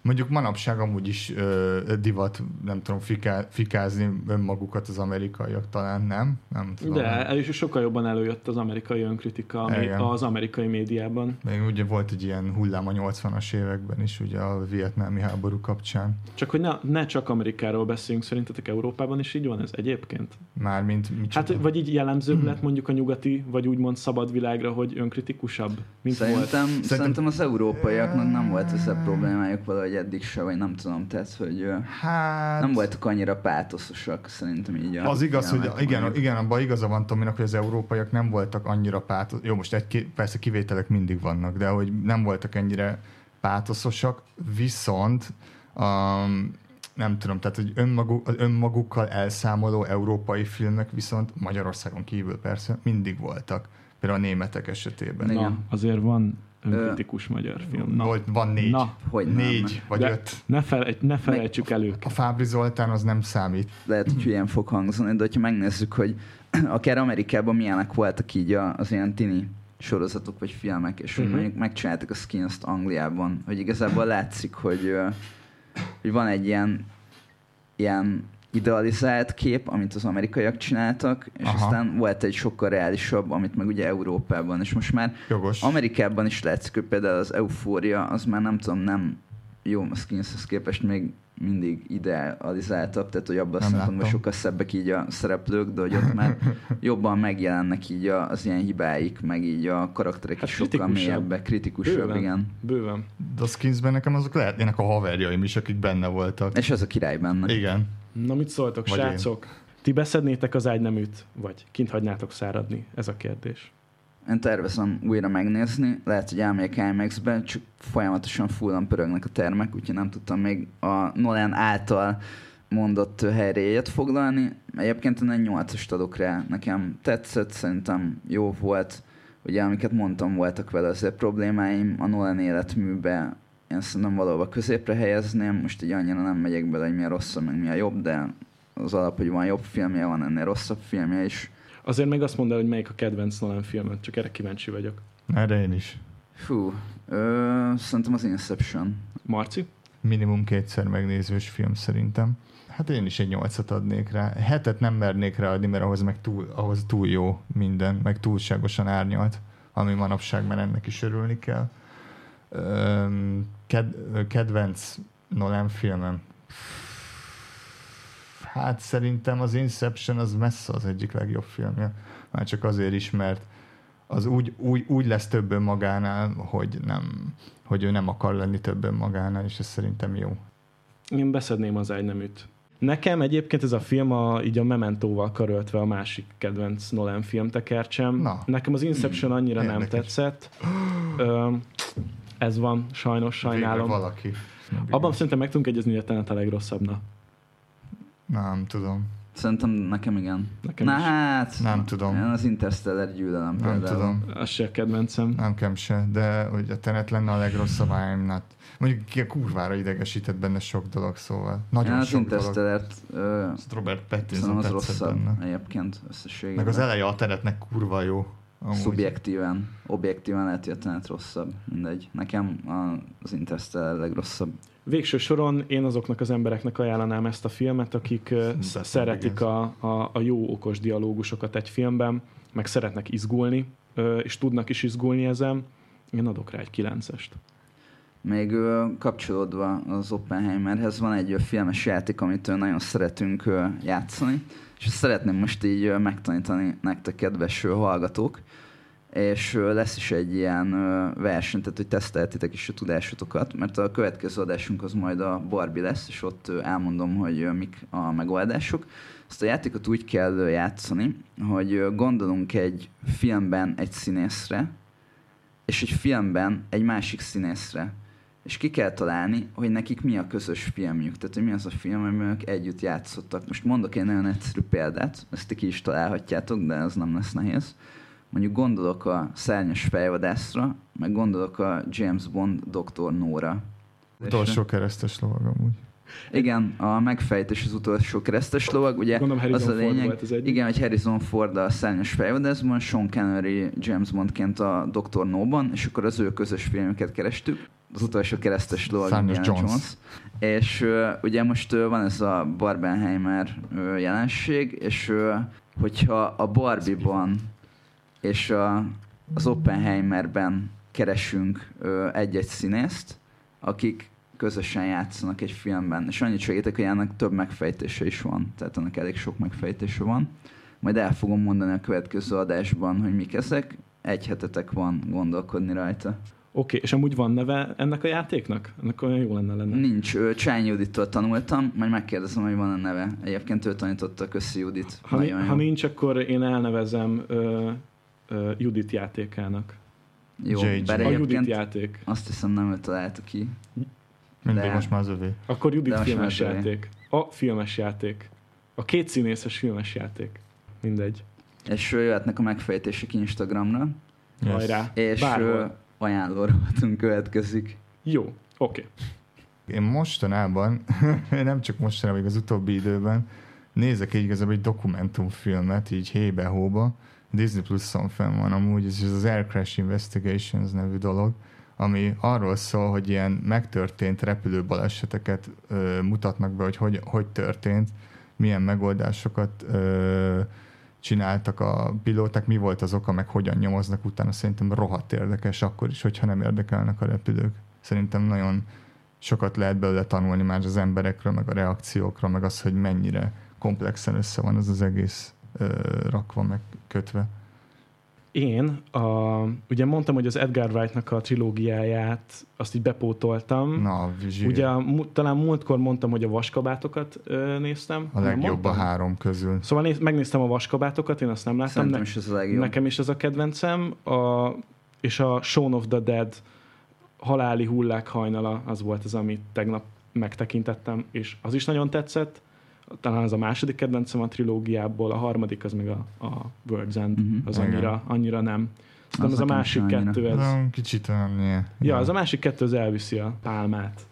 Mondjuk manapság amúgy is ö, divat, nem tudom, fiká, fikázni önmagukat az amerikaiak talán, nem? Nem tudom. De és sokkal jobban előjött az amerikai önkritika Igen. az amerikai médiában. Még ugye volt egy ilyen hullám a nyolcvanas években is, ugye a vietnámi háború kapcsán. Csak hogy ne, ne csak Amerikáról beszéljünk, szerintetek Európában is így van ez egyébként? Mármint micsoda? Hát vagy így jellemzőbb lett mondjuk a nyugati, vagy úgymond szabad világra, hogy önkritikusabb, mint szerintem, volt? Szerintem az európaiaknak nem volt ezzel problémájuk valahogy eddig se, vagy nem tudom, tehát, hogy hát... nem voltak annyira pátoszosak szerintem így. Az igaz, hogy igen, igen, abban igaza van Tominak, hogy az európaiak nem voltak annyira pátoszok. Jó, most egy, persze kivételek mindig vannak, de hogy nem voltak ennyire pátoszosak, viszont um, nem tudom, tehát hogy önmaguk, az önmagukkal elszámoló európai filmek viszont Magyarországon kívül persze mindig voltak. Például a németek esetében. Na, azért van önkritikus magyar film. Na. Volt, van négy. Na. Hogy négy nem. vagy De öt. Ne, fel, ne felejtsük el őket. A Fábri Zoltán az nem számít. Lehet, hogy ilyen fog hangzani, de hogyha megnézzük, hogy akár Amerikában milyenek voltak így az ilyen tini sorozatok vagy filmek, és hogy uh-huh. mondjuk megcsináltak a Skins-t Angliában, hogy igazából látszik, hogy, hogy van egy ilyen, ilyen idealizált kép, amit az amerikaiak csináltak, és Aha. aztán volt egy sokkal reálisabb, amit meg ugye Európában, és most már Jogos. Amerikában is látszik, hogy például az Eufória, az már nem tudom, nem jó, a Skinshez képest még mindig idealizáltabb, tehát hogy abban a szempontból sokkal szebbek így a szereplők, de hogy ott már jobban megjelennek így az ilyen hibáik, meg így a karakterek hát is sokkal mélyebbek, kritikusabb, bőven, igen. Bőven. De a Skinsben nekem azok lehetnének a haverjaim is, akik benne voltak. És az a király benne. Igen. Na mit szóltok, vagy srácok? Én. Ti beszednétek az ágyneműt, vagy kint hagynátok száradni? Ez a kérdés. Én tervezem újra megnézni, lehet, hogy elmegyek IMAX-be, csak folyamatosan fullan pörögnek a termek, úgyhogy nem tudtam még a Nolan által mondott helyréjét foglalni. Egyébként én egy nyolcast adok rá, nekem tetszett, szerintem jó volt. Ugye, amiket mondtam, voltak vele azért problémáim. A Nolan életműbe én szerintem valahol középre helyezném, most így annyira nem megyek bele, hogy mi a rosszabb, meg mi a jobb, de az alap, hogy van jobb filmje, van ennél rosszabb filmje is. Azért még azt mondd el, hogy melyik a kedvenc Nolan filmet, csak erre kíváncsi vagyok. Erre én is. Fú, ö, szerintem az Inception. Marci? Minimum kétszer megnézős film szerintem. Hát én is egy nyolcat adnék rá. Hetet nem mernék ráadni, mert ahhoz meg túl, ahhoz túl jó minden, meg túlságosan árnyalt, ami manapság már ennek is örülni kell. Öm, ked, kedvenc Nolan filmem. Hát szerintem az Inception az messze az egyik legjobb filmje. Már csak azért is, mert az úgy, úgy, úgy lesz több önmagánál, hogy, nem, hogy ő nem akar lenni több önmagánál, és ez szerintem jó. Én beszedném az ágyneműt. Nekem egyébként ez a film a, így a Mementóval karöltve a másik kedvenc Nolan filmtekercsem. Na. Nekem az Inception annyira hmm. nem tetszett. Ö, ez van, sajnos, sajnálom. Végre valaki. Abban szerintem meg tudunk egyezni, hogy a Tenet a legrosszabbna. Nem tudom. Szerintem nekem igen. Nekem Na is. hát, nem tudom. Én az Interstellar gyűlölem Nem például. tudom. Az se a kedvencem. Nem kem se, de hogy a Tenet lenne a legrosszabb, I'm not. Mondjuk ki a kurvára idegesített benne sok dolog, szóval. Nagyon Én az sok Interstellart, dolog. Ö, Robert Pattinson az tetszett rosszabb benne. egyébként összességében. Meg az eleje a Tenetnek kurva jó. Amúgy. Szubjektíven, objektíven lehet, hogy a Tenet rosszabb. Mindegy. Nekem az Interstellar legrosszabb. Végső soron én azoknak az embereknek ajánlanám ezt a filmet, akik uh, szeretik a, a, a jó okos dialógusokat egy filmben, meg szeretnek izgulni, uh, és tudnak is izgulni ezen. Én adok rá egy kilencest. Még uh, kapcsolódva az Oppenheimerhez van egy uh, filmes játék, amit uh, nagyon szeretünk uh, játszani, és ezt szeretném most így uh, megtanítani nektek, kedves uh, hallgatók, és uh, lesz is egy ilyen uh, verseny, tehát hogy teszteltitek is a tudásotokat, mert a következő adásunk az majd a Barbie lesz, és ott uh, elmondom, hogy uh, mik a megoldások. Ezt a játékot úgy kell uh, játszani, hogy uh, gondolunk egy filmben egy színészre, és egy filmben egy másik színészre. És ki kell találni, hogy nekik mi a közös filmjük. Tehát, hogy mi az a film, amiben együtt játszottak. Most mondok egy nagyon egyszerű példát, ezt ki is találhatjátok, de ez nem lesz nehéz. Mondjuk gondolok a Szárnyas fejvadászra, meg gondolok a James Bond doktor No-ra. Utolsó keresztes lovag amúgy. Igen, a megfejtés az utolsó keresztes lovag, ugye Gondolom, az a lényeg, volt az igen, hogy Harrison Ford a Szárnyas fejvadászban, Sean Connery James Bondként a doktor No-ban, és akkor az ő közös filmeket kerestük. az utolsó keresztes lovag Indiana Jones. Jones. És uh, ugye most uh, van ez a Barbenheimer uh, jelenség, és uh, hogyha a Barbie-ban és a, az Oppenheimerben keresünk uh, egy-egy színészt, akik közösen játszanak egy filmben, és annyit segítek, hogy ennek több megfejtése is van, tehát ennek elég sok megfejtése van. Majd el fogom mondani a következő adásban, hogy mik ezek. Egy hetetek van gondolkodni rajta. Oké, okay, és amúgy van neve ennek a játéknak? Ennek olyan jó lenne lenne. Nincs. Csányi Judittól tanultam, majd megkérdezem, hogy van-e neve. Egyébként ő tanította, köszi Judit. Ha, ni- ha nincs, akkor én elnevezem ö, ö, Judit játékának. Jó, bár a Judit játék. Azt hiszem nem ő találta ki. Mindig de... most már az övé. Akkor Judit filmes játék. A filmes játék. A két színészes filmes játék. Mindegy. És jöhetnek a megfejtések Instagramra. Yes. Hajrá. És Bárhol. Ajánló rovatunk következik. Jó, oké. Okay. Én mostanában, nem csak mostanában, az utóbbi időben nézek egy igazából egy dokumentumfilmet, így hébe-hóba. Disney Plus-on fenn van amúgy, ez az Air Crash Investigations nevű dolog, ami arról szól, hogy ilyen megtörtént repülőbaleseteket ö, mutatnak be, hogy, hogy hogy történt, milyen megoldásokat ö, csináltak a pilóták, mi volt az oka, meg hogyan nyomoznak utána. Szerintem rohadt érdekes akkor is, hogyha nem érdekelnek a repülők. Szerintem nagyon sokat lehet belőle tanulni már az emberekről, meg a reakciókról, meg az, hogy mennyire komplexen össze van az az egész ö, rakva, meg kötve. Én, a, ugye mondtam, hogy az Edgar Wright-nak a trilógiáját azt így bepótoltam. Na, zsír. Ugye mu, talán múltkor mondtam, hogy a Vaskabátokat ö, néztem. A legjobb a három közül. Szóval néz, megnéztem a Vaskabátokat, én azt nem láttam. Szerintem is ez a legjobb. Nekem is ez a kedvencem. A, és a Shaun of the Dead haláli hullák hajnala, az volt az, amit tegnap megtekintettem, és az is nagyon tetszett. Talán az a második kedvencem a trilógiából, a harmadik az meg a, a World's End, uh-huh. az annyira, annyira nem. Szerintem az, az a másik kettő, ez... Kicsit olyan, yeah. Ja, az a másik kettő, az elviszi a pálmát.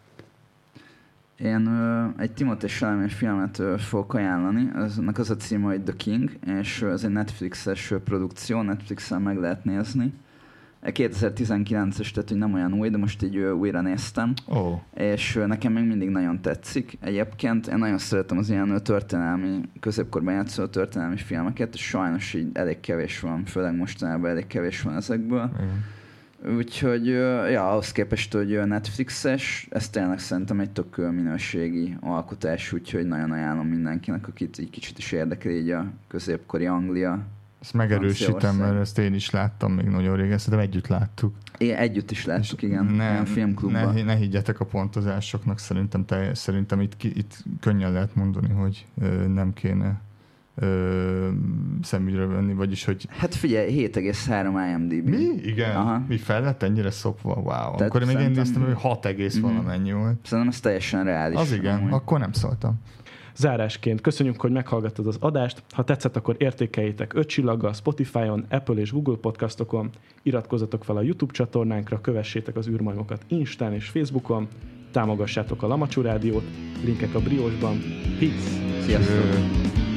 Én ö, egy Timothée Chalamet filmet ö, fogok ajánlani, ennek az a címe, hogy The King, és ez egy Netflixes produkció, Netflixen meg lehet nézni. kétezer-tizenkilences, tehát hogy nem olyan új, de most így újra néztem. Oh. És nekem még mindig nagyon tetszik. Egyébként én nagyon szeretem az ilyen történelmi, középkorban játszó történelmi filmeket, és sajnos így elég kevés van, főleg mostanában elég kevés van ezekből. Mm. Úgyhogy, ja, ahhoz képest, hogy Netflixes, ez tényleg szerintem egy tök minőségi alkotás, úgyhogy nagyon ajánlom mindenkinek, akit egy kicsit is érdekel így a középkori Anglia. Ezt megerősítem, mert ezt én is láttam még nagyon régen, szerintem együtt láttuk. É, együtt is láttuk, igen, ne, filmklubban. Ne, ne higgyetek a pontozásoknak, szerintem, te, szerintem itt, itt könnyen lehet mondani, hogy ö, nem kéne ö, szemügyre venni, vagyis, hogy... Hát figyelj, hét egész három I M D B. Mi? Igen? Aha. Mi fel lett ennyire szopva? Wow. Tehát akkor még én néztem, hogy hat egész mm-hmm. valamennyi volt. Szerintem ez teljesen reális. Az igen, amúgy. Akkor nem szóltam. Zárásként köszönjük, hogy meghallgattad az adást. Ha tetszett, akkor értékeljétek öt csillaggal Spotify-on, Apple és Google podcastokon, iratkozzatok fel a YouTube csatornánkra, kövessétek az űrmajmokat Instán és Facebookon, támogassátok a Lamacsú Rádiót, linkek a Briosban. Peace! Sziasztok!